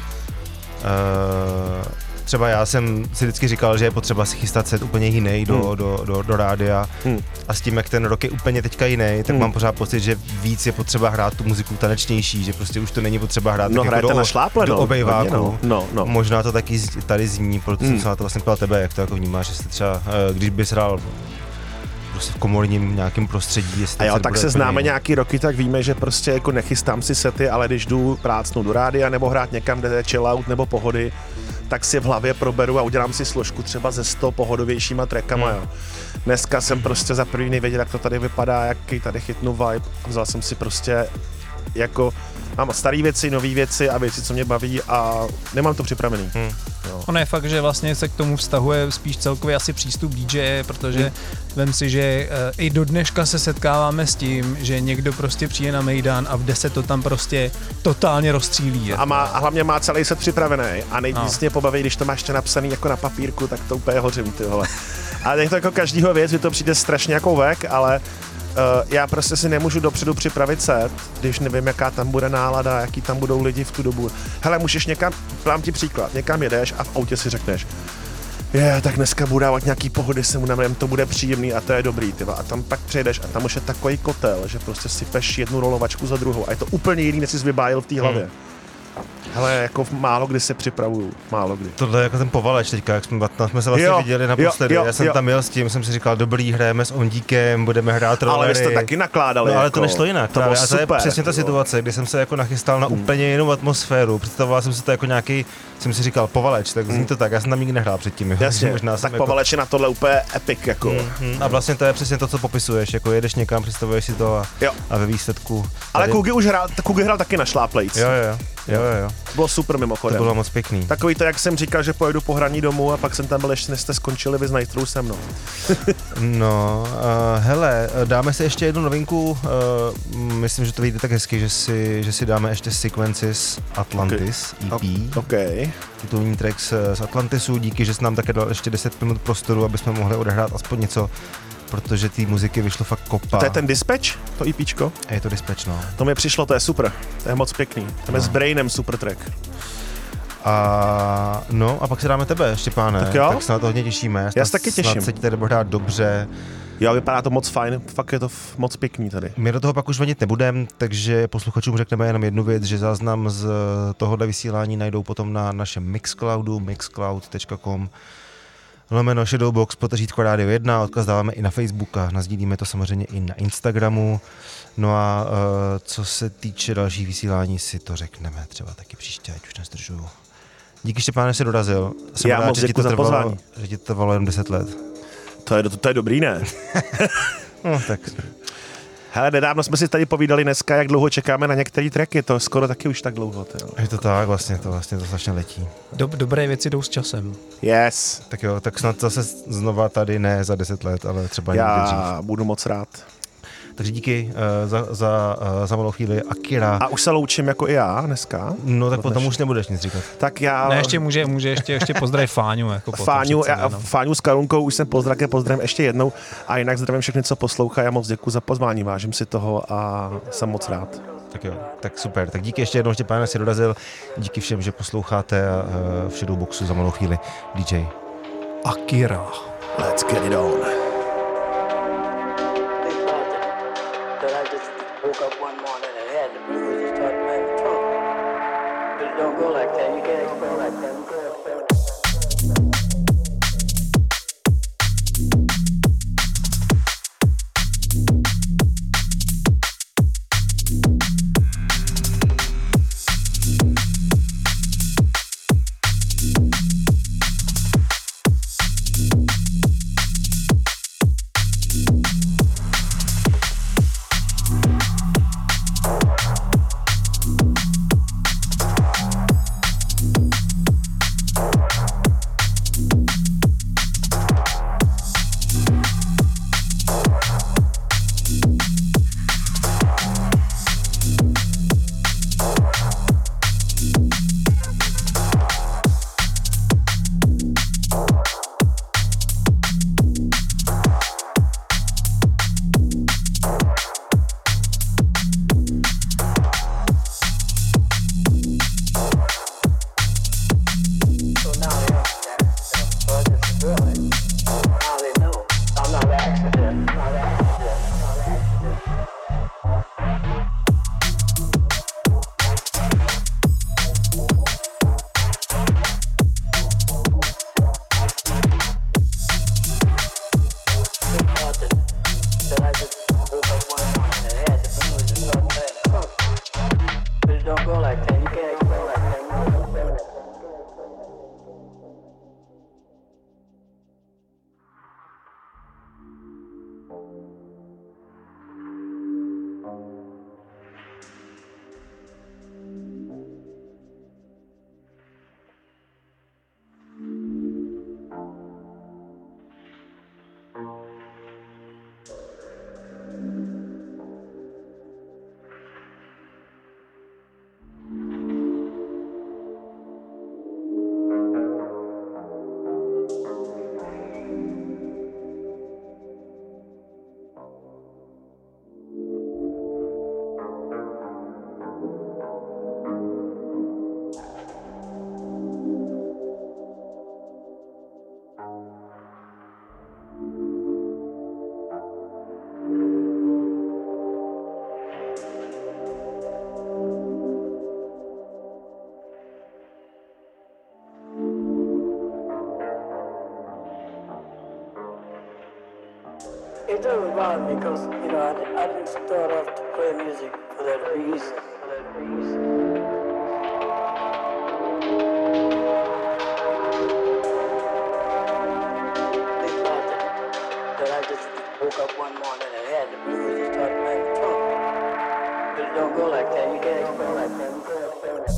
S2: třeba já jsem si vždycky říkal, že je potřeba si chystat set úplně jiný do rádia a s tím, jak ten rok je úplně teďka jiný, tak mám pořád pocit, že víc je potřeba hrát tu muziku tanečnější, že prostě už to není potřeba hrát do obejváku.
S5: No.
S2: Možná to taky tady zní, protože jsem se na to vlastně ptal tebe, jak to jako vnímáš, že jsi třeba, když bys hrál prostě v komorním nějakém prostředí.
S5: A jo, tak se známe nějaký roky, tak víme, že prostě jako nechystám si sety, ale když jdu prácnout do rádia nebo hrát někam, kde je chill out nebo pohody, tak si v hlavě proberu a udělám si složku třeba ze 100 pohodovějšíma trackama, jo. Dneska jsem prostě za první nevěděl, jak to tady vypadá, jaký tady chytnu vibe. Vzal jsem si prostě jako, mám staré věci, nové věci a věci, co mě baví a nemám to připravený.
S3: Ono je fakt, že vlastně se k tomu vztahuje spíš celkově asi přístup DJ, protože vem si, že i do dneška se setkáváme s tím, že někdo prostě přijde na Mejdan a v 10 to tam prostě totálně rozstřílí.
S5: A hlavně má celý set připravený a nejvíc mě pobaví, když to máš ještě napsaný jako na papírku, tak to úplně hořím, ty vole. Ale je to jako každýho věc, že to přijde strašně jako vek, ale já prostě si nemůžu dopředu připravit set, když nevím, jaká tam bude nálada, jaký tam budou lidi v tu dobu. Hele, můžeš někam, dám ti příklad, někam jedeš a v autě si řekneš, tak dneska budu dávat nějaký pohody, se mu namrem, to bude příjemný a to je dobrý, tyva. A tam pak přejdeš a tam už je takový kotel, že prostě sypeš jednu rolovačku za druhou a je to úplně jiný, než jsi vybájil v té hlavě. Hele, jako málo kdy se připravuju, málo kdy.
S2: Tohle je jako ten povaleč teďka, jak jsme se vlastně viděli naposledy. Já jsem tam jel s tím, jsem si říkal, dobrý, hrajeme s Ondíkem, budeme hrát rolery.
S5: Ale vy jste taky nakládali.
S2: No, ale
S5: jako,
S2: to nešlo jinak.
S5: To bylo super.
S2: A to je přesně ta situace, kdy jsem se jako nachystal na úplně jinou atmosféru. Představoval jsem si to jako nějaký, jsem si říkal, povaleč, tak zní to tak, já jsem tam nikdy nehrál předtím.
S5: Jasně, tak povaleč je na tohle úplně epic, jako.
S2: A vlastně to je přesně to, co popisuješ, jako jedeš někam, představuješ si to a ve výsledku.
S5: Ale Kugy hrál taky na šláplejc.
S2: Jo.
S5: Bylo super mimochodem.
S2: To bylo moc pěkný.
S5: Takový to, jak jsem říkal, že pojedu po hraní domů a pak jsem tam byl, ještě než jste skončili vy s Nightrou se mnou.
S2: No, hele, dáme si ještě jednu novinku, myslím, že to vyjde tak hezky, že si dáme ještě Sequences Atlantis EP. Titulní track z Atlantisu, díky, že jsi nám také dal ještě 10 minut prostoru, aby jsme mohli odehrát aspoň něco, protože té muziky vyšlo fakt kopa.
S5: To je ten Dispatch, to EPčko?
S2: Je to Dispatch, no.
S5: To mi přišlo, to je super, to je moc pěkný. Tam je s Brainem super track.
S2: A pak si dáme tebe, Štěpáne, tak se na to hodně těšíme.
S5: Já se taky těším.
S2: Snad se ti tady bude hrát dobře.
S5: Jo, vypadá to moc fajn, fakt je to moc pěkný tady.
S2: My do toho pak už vadit nebudeme, takže posluchačům řekneme jenom jednu věc, že záznam z tohohle vysílání najdou potom na našem Mixcloudu, mixcloud.com/Shadowbox Radio 1, odkaz dáváme i na Facebook a nazdílíme to samozřejmě i na Instagramu. No a co se týče dalších vysílání, si to řekneme třeba taky příště, ať už nezdržuju. Díky, Štěpáne, že jsi dorazil. Jsem rád, že ti to trvalo jen 10 let.
S5: To je dobrý, ne?
S2: No, tak.
S5: Hele, nedávno jsme si tady povídali dneska, jak dlouho čekáme na některé tracky, to skoro taky už tak dlouho.
S2: Je to tak, vlastně to strašně letí.
S3: Dobré věci jdou s časem.
S5: Yes.
S2: Tak jo, tak snad zase znova tady ne za 10 let, ale třeba někdy dřív.
S5: Já budu moc rád.
S2: Takže díky za malou chvíli, Akira.
S5: A už se loučím jako i já dneska.
S2: No tak potom už nebudeš nic říkat.
S5: Tak já...
S3: Ne, ještě může ještě pozdravit Fáňu. Jako
S5: Fáňu s Karunkou už jsem pozdravím ještě jednou a jinak zdravím všechny, co poslouchají a moc děkuji za pozvání, vážím si toho a jsem moc rád.
S2: Tak jo, tak super. Tak díky ještě jednou, že pán si dorazil. Díky všem, že posloucháte v Shadowboxu za malou chvíli DJ
S3: Akira.
S5: Let's get it on.
S9: It doesn't bother me because, I didn't start off to play music for that reason. They thought that I just woke up one morning and had the blues and started playing the trumpet. But it don't go like that. You can't explain like that. You can't explain like that.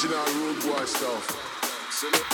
S10: Original rude boy stuff. See it?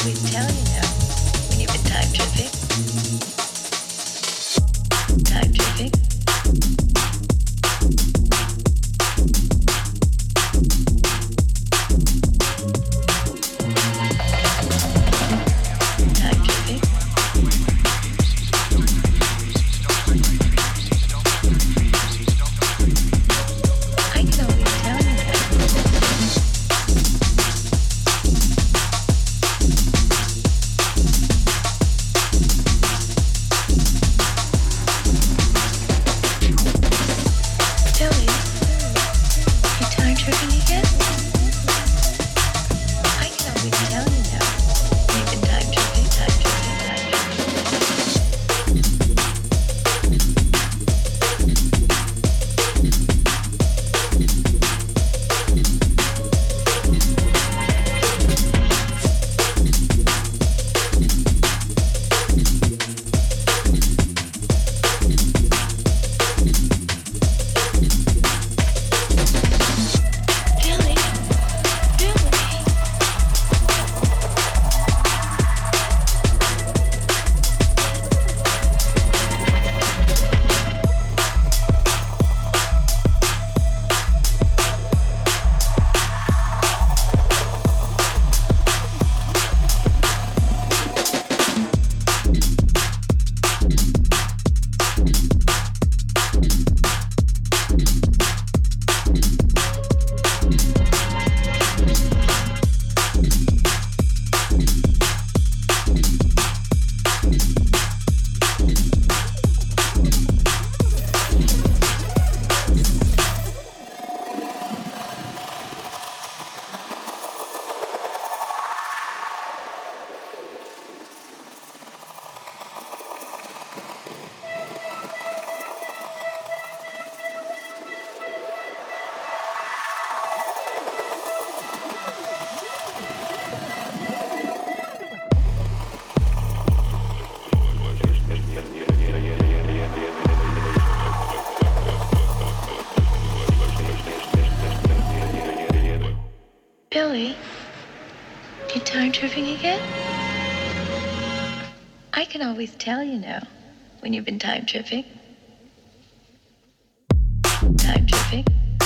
S11: always tell you now when you've been time tripping. Time tripping. Billy, you time tripping again? I can always tell, you know, when you've been time tripping. Time tripping.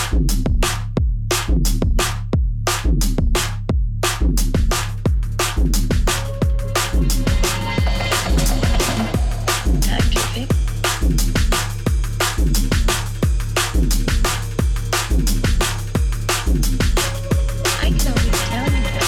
S11: Time tripping. I can always tell, you know.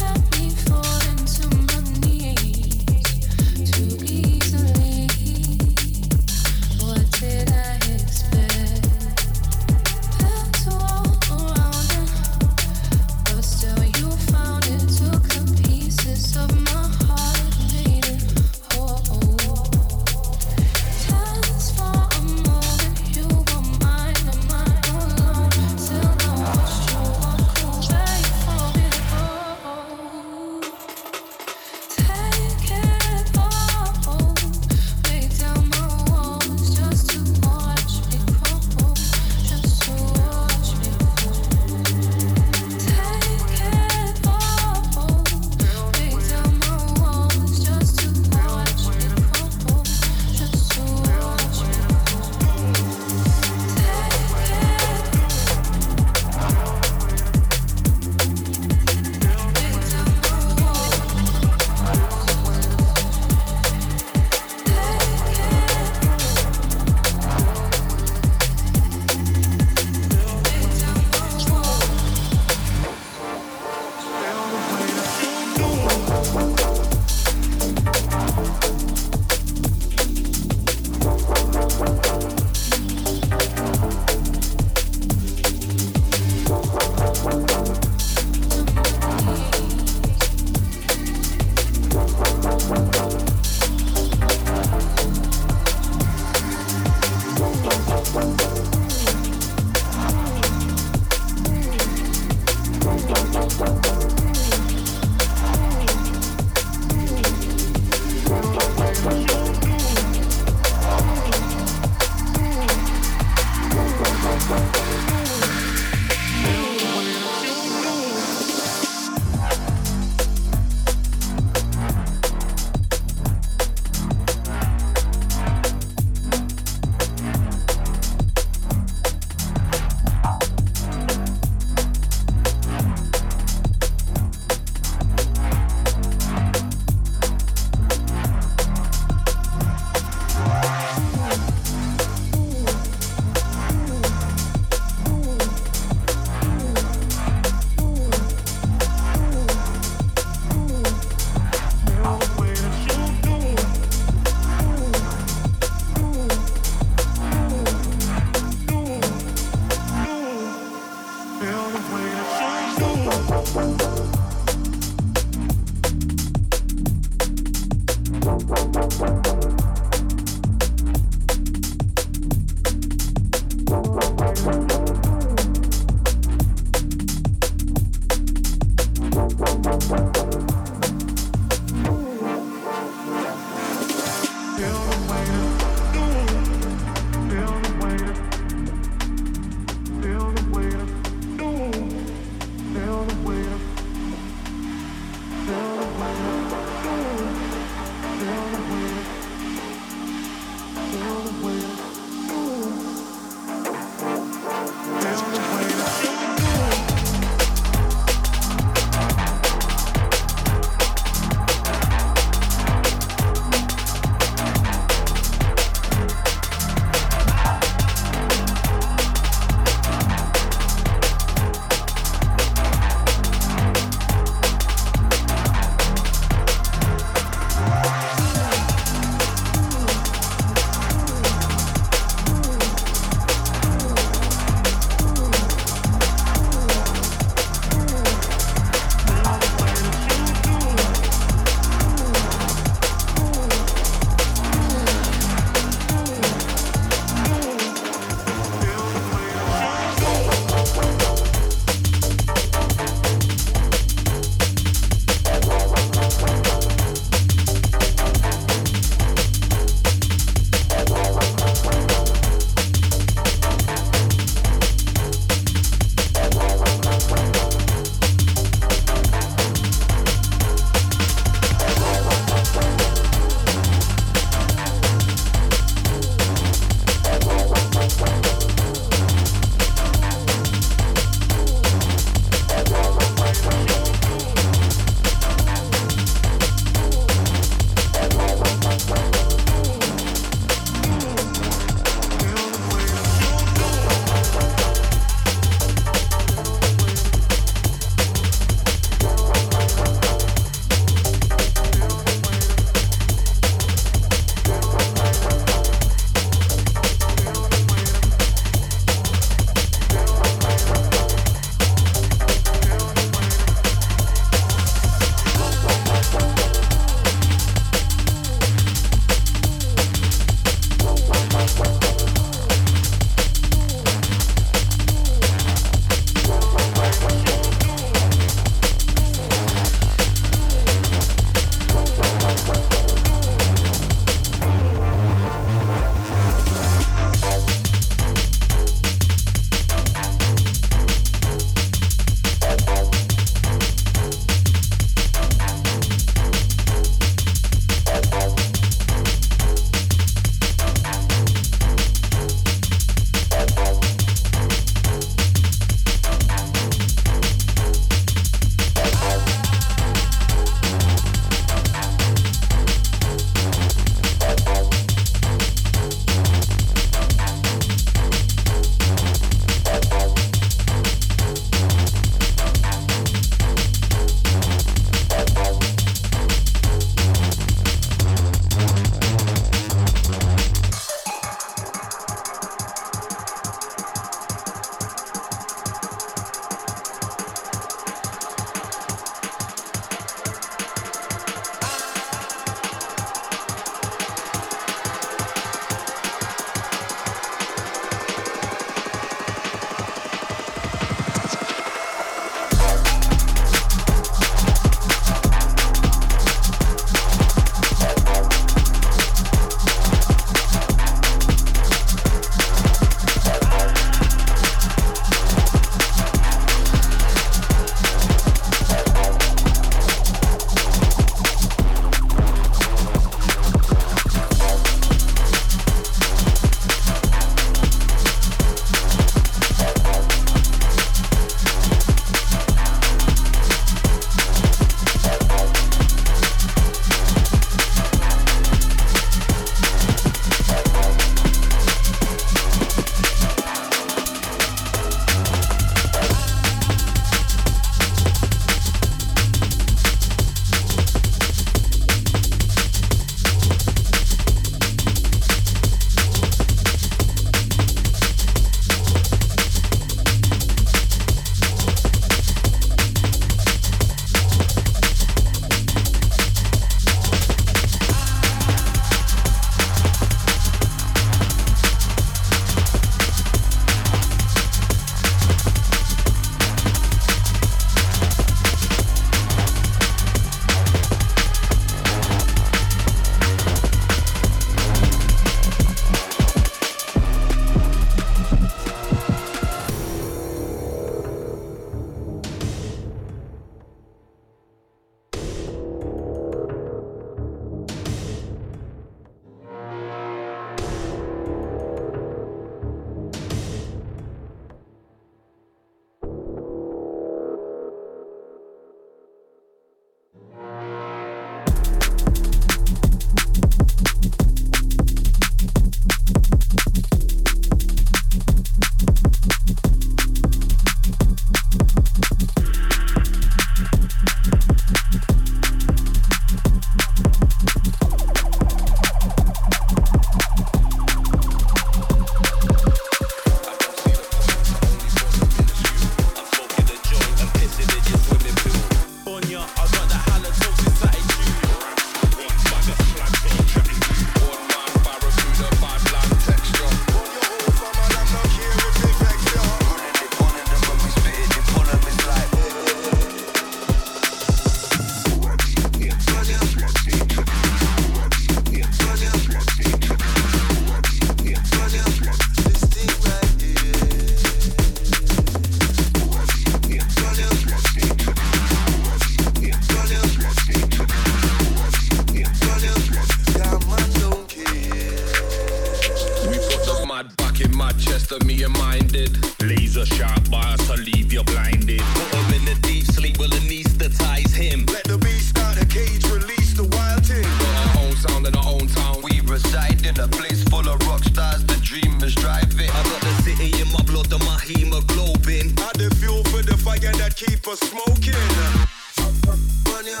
S12: smoking. Bunya,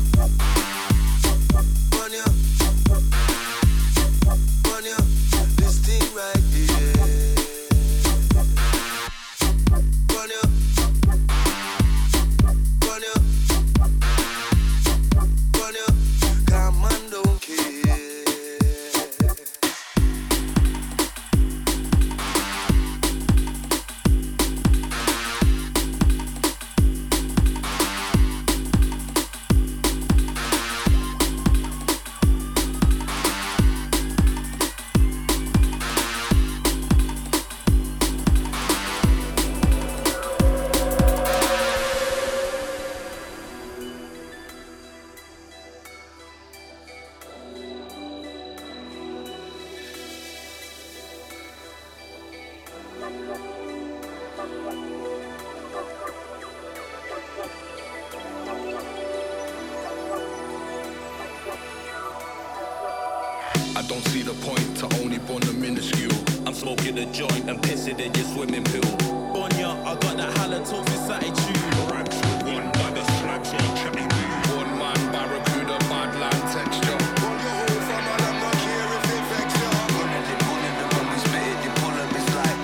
S12: bunya, bunya, this thing right here. Bunya, bunya, bunya, come on, don't care.
S13: I don't see the point to only bond a minuscule. I'm smoking a joint and pissing in your swimming pool.
S12: Bonya, I got that halitosis attitude.
S13: One by the slags on Chatty Blue. One man barracuda, badland texture.
S12: Roll your whole fam, and I'm not here if it vex ya.
S13: Running it, when we spit it, you pull up, it's like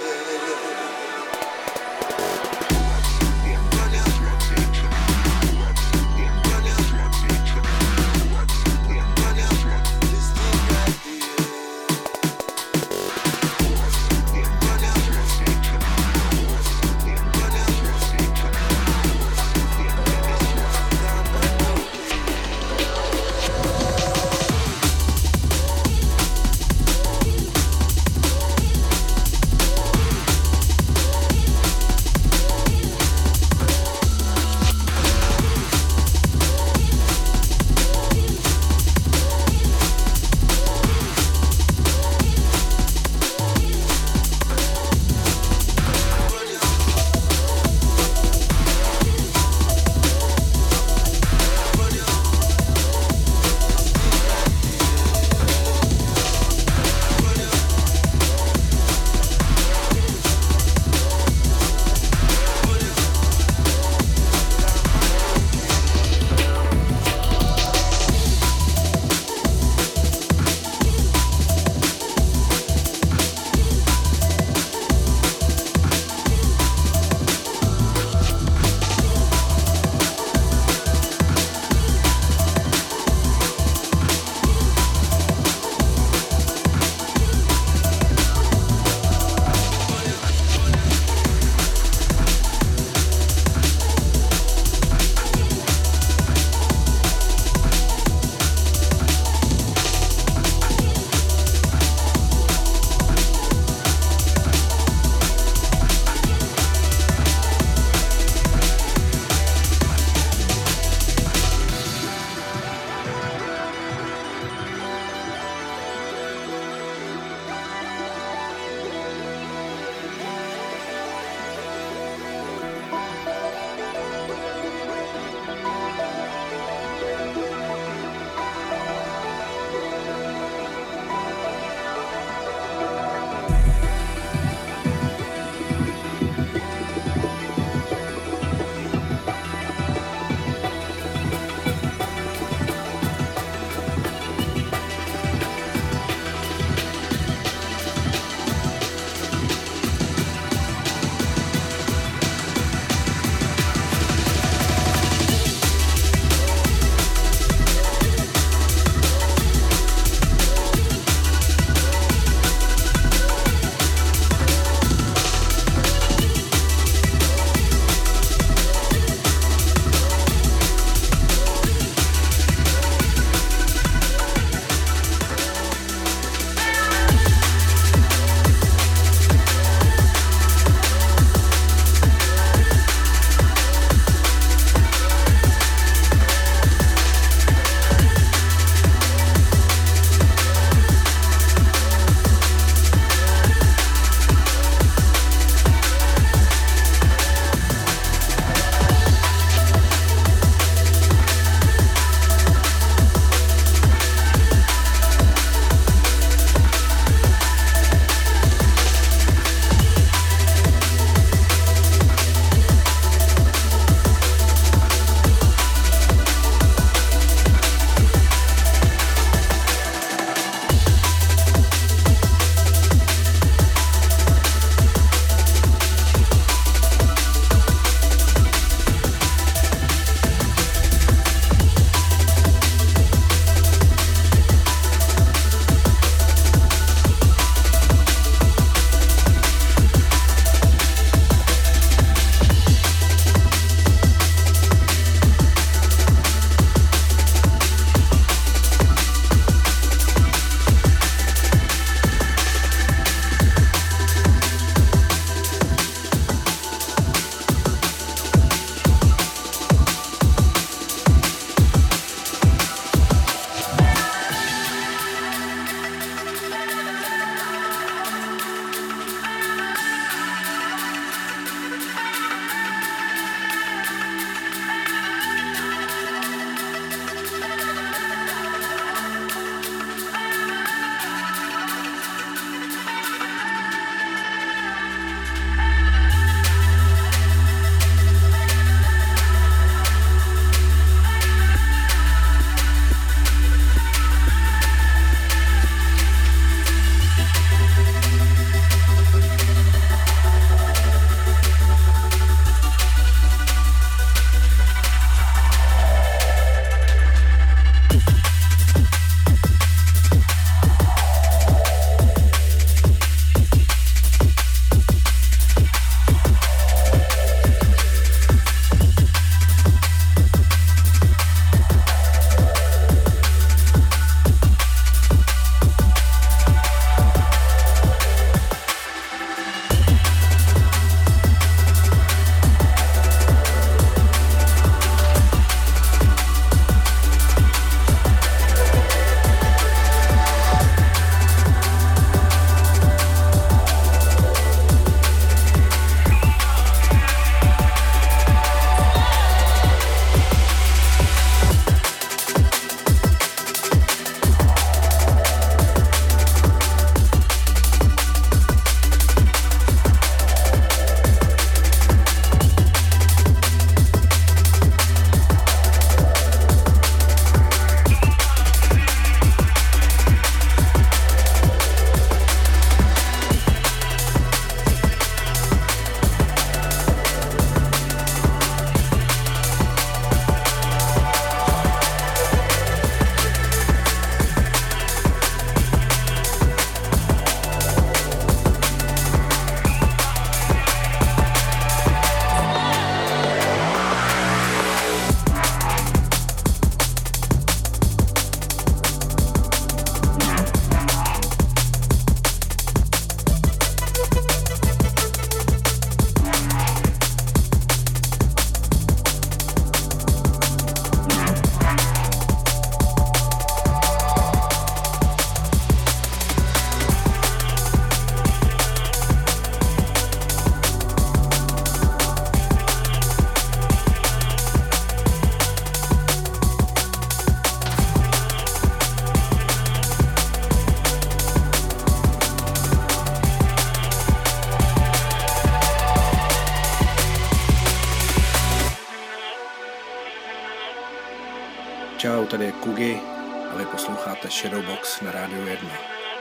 S14: Čau, tady je Kugi a vy posloucháte Shadowbox na Rádiu 1.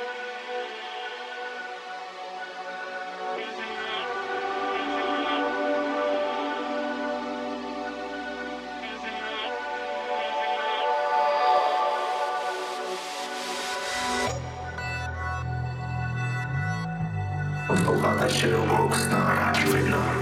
S1: Posloucháte Shadowbox na Rádiu 1.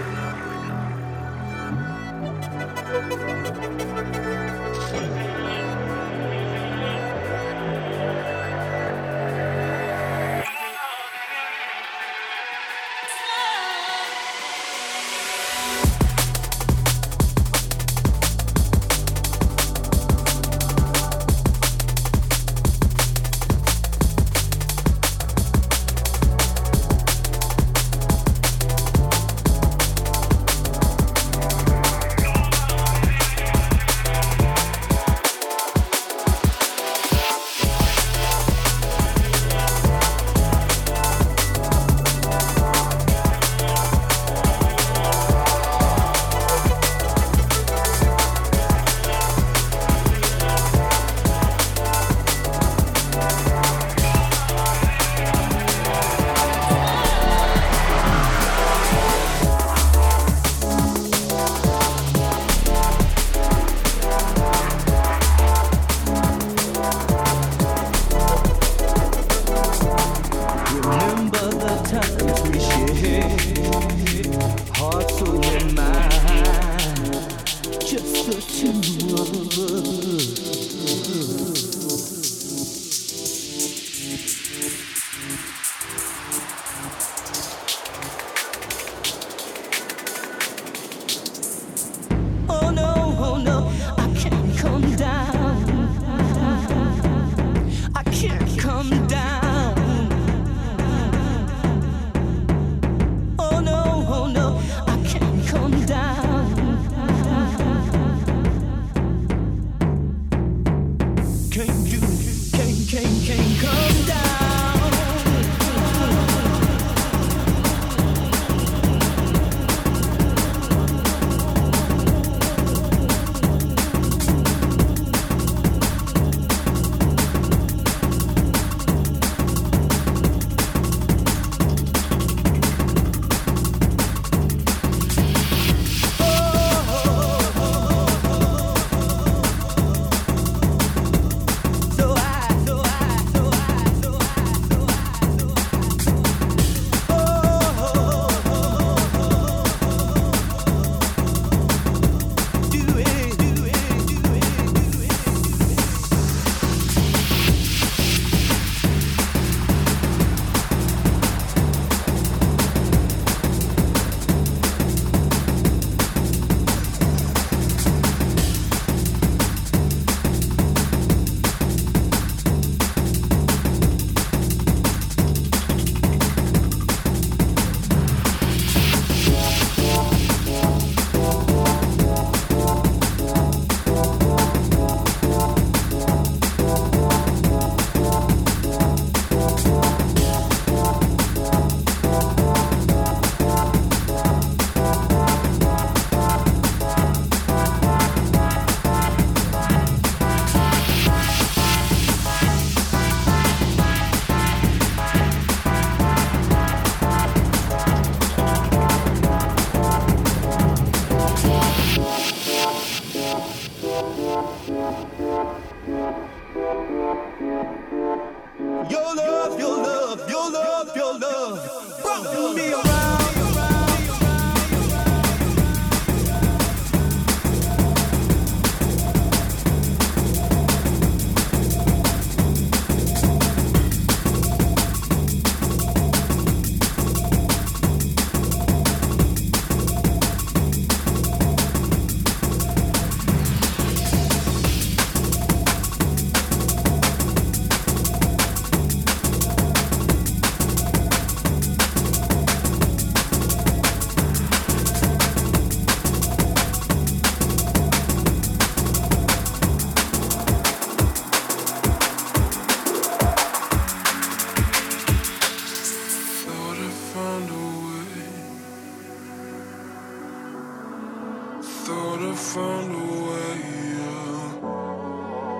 S15: thought I found a way out.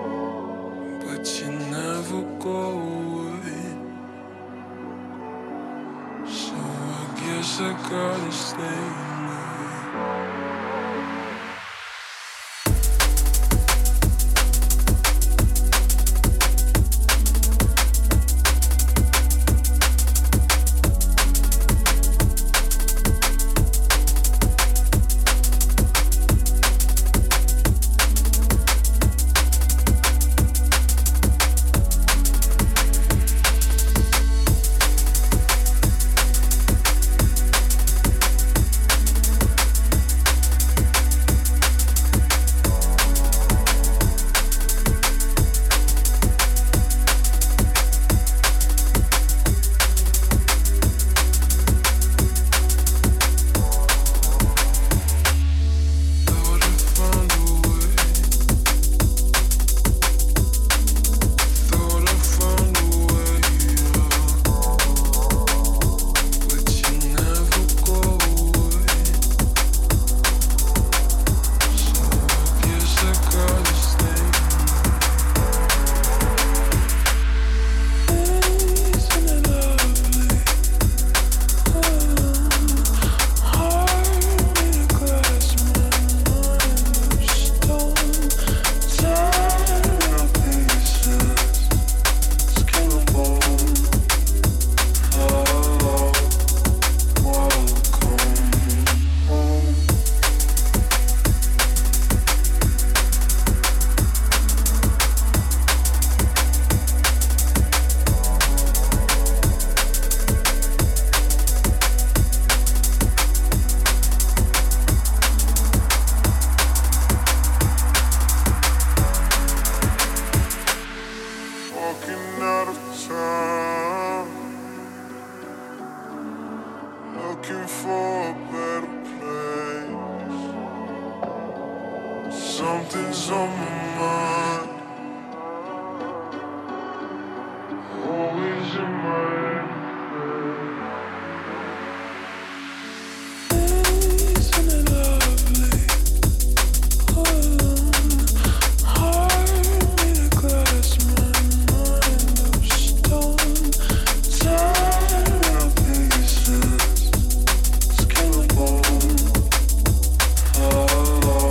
S15: guess I gotta stay. Something's on my mind. Always in my head. Isn't it lovely? Heart made of glass, my mind of stone. Tired of pieces, skin and bone. Hello.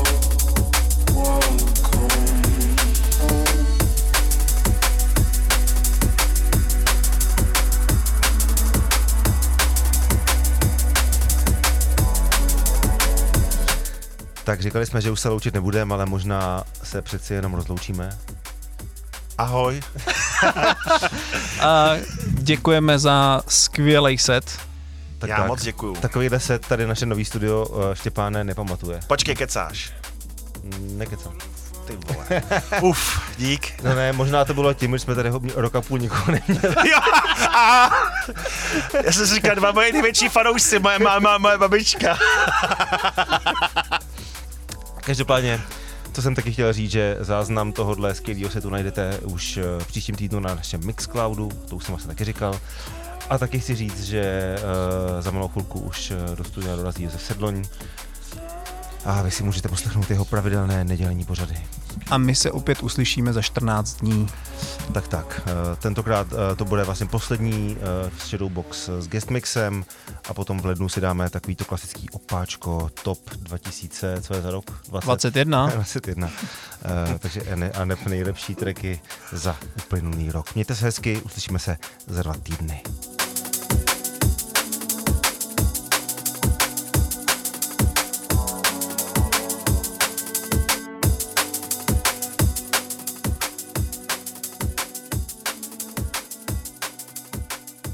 S2: Tak říkali jsme, že už se loučit nebudeme, ale možná se přeci jenom rozloučíme.
S5: Ahoj.
S3: A děkujeme za skvělej set.
S5: Já moc děkuju.
S2: Takovýhle set tady naše nový studio Štěpáne nepamatuje.
S5: Počkej, kecáš.
S2: Nekecám.
S5: Ty vole. Uf, dík.
S2: No ne, možná to bylo tím, že jsme tady rok a půl nikoho neměli.
S5: Jo, a já jsem si říkal, dva moje největší fanoušci, moje máma, moje babička.
S2: Každopádně, co jsem taky chtěl říct, že záznam tohohle skvělého setu najdete už v příštím týdnu na našem Mixcloudu, to už jsem asi taky říkal. A taky chci říct, že za malou chvilku už do studia dorazí Josef Sedloň a vy si můžete poslechnout jeho pravidelné nedělní pořady.
S3: A my se opět uslyšíme za 14 dní.
S2: Tak. Tentokrát to bude vlastně poslední Shadowbox s guest mixem a potom v lednu si dáme takovýto klasický opáčko Top 2000, co je za rok?
S3: 21.
S2: 21. Takže nejlepší tracky za uplynulý rok. Mějte se hezky, uslyšíme se za 2 týdny.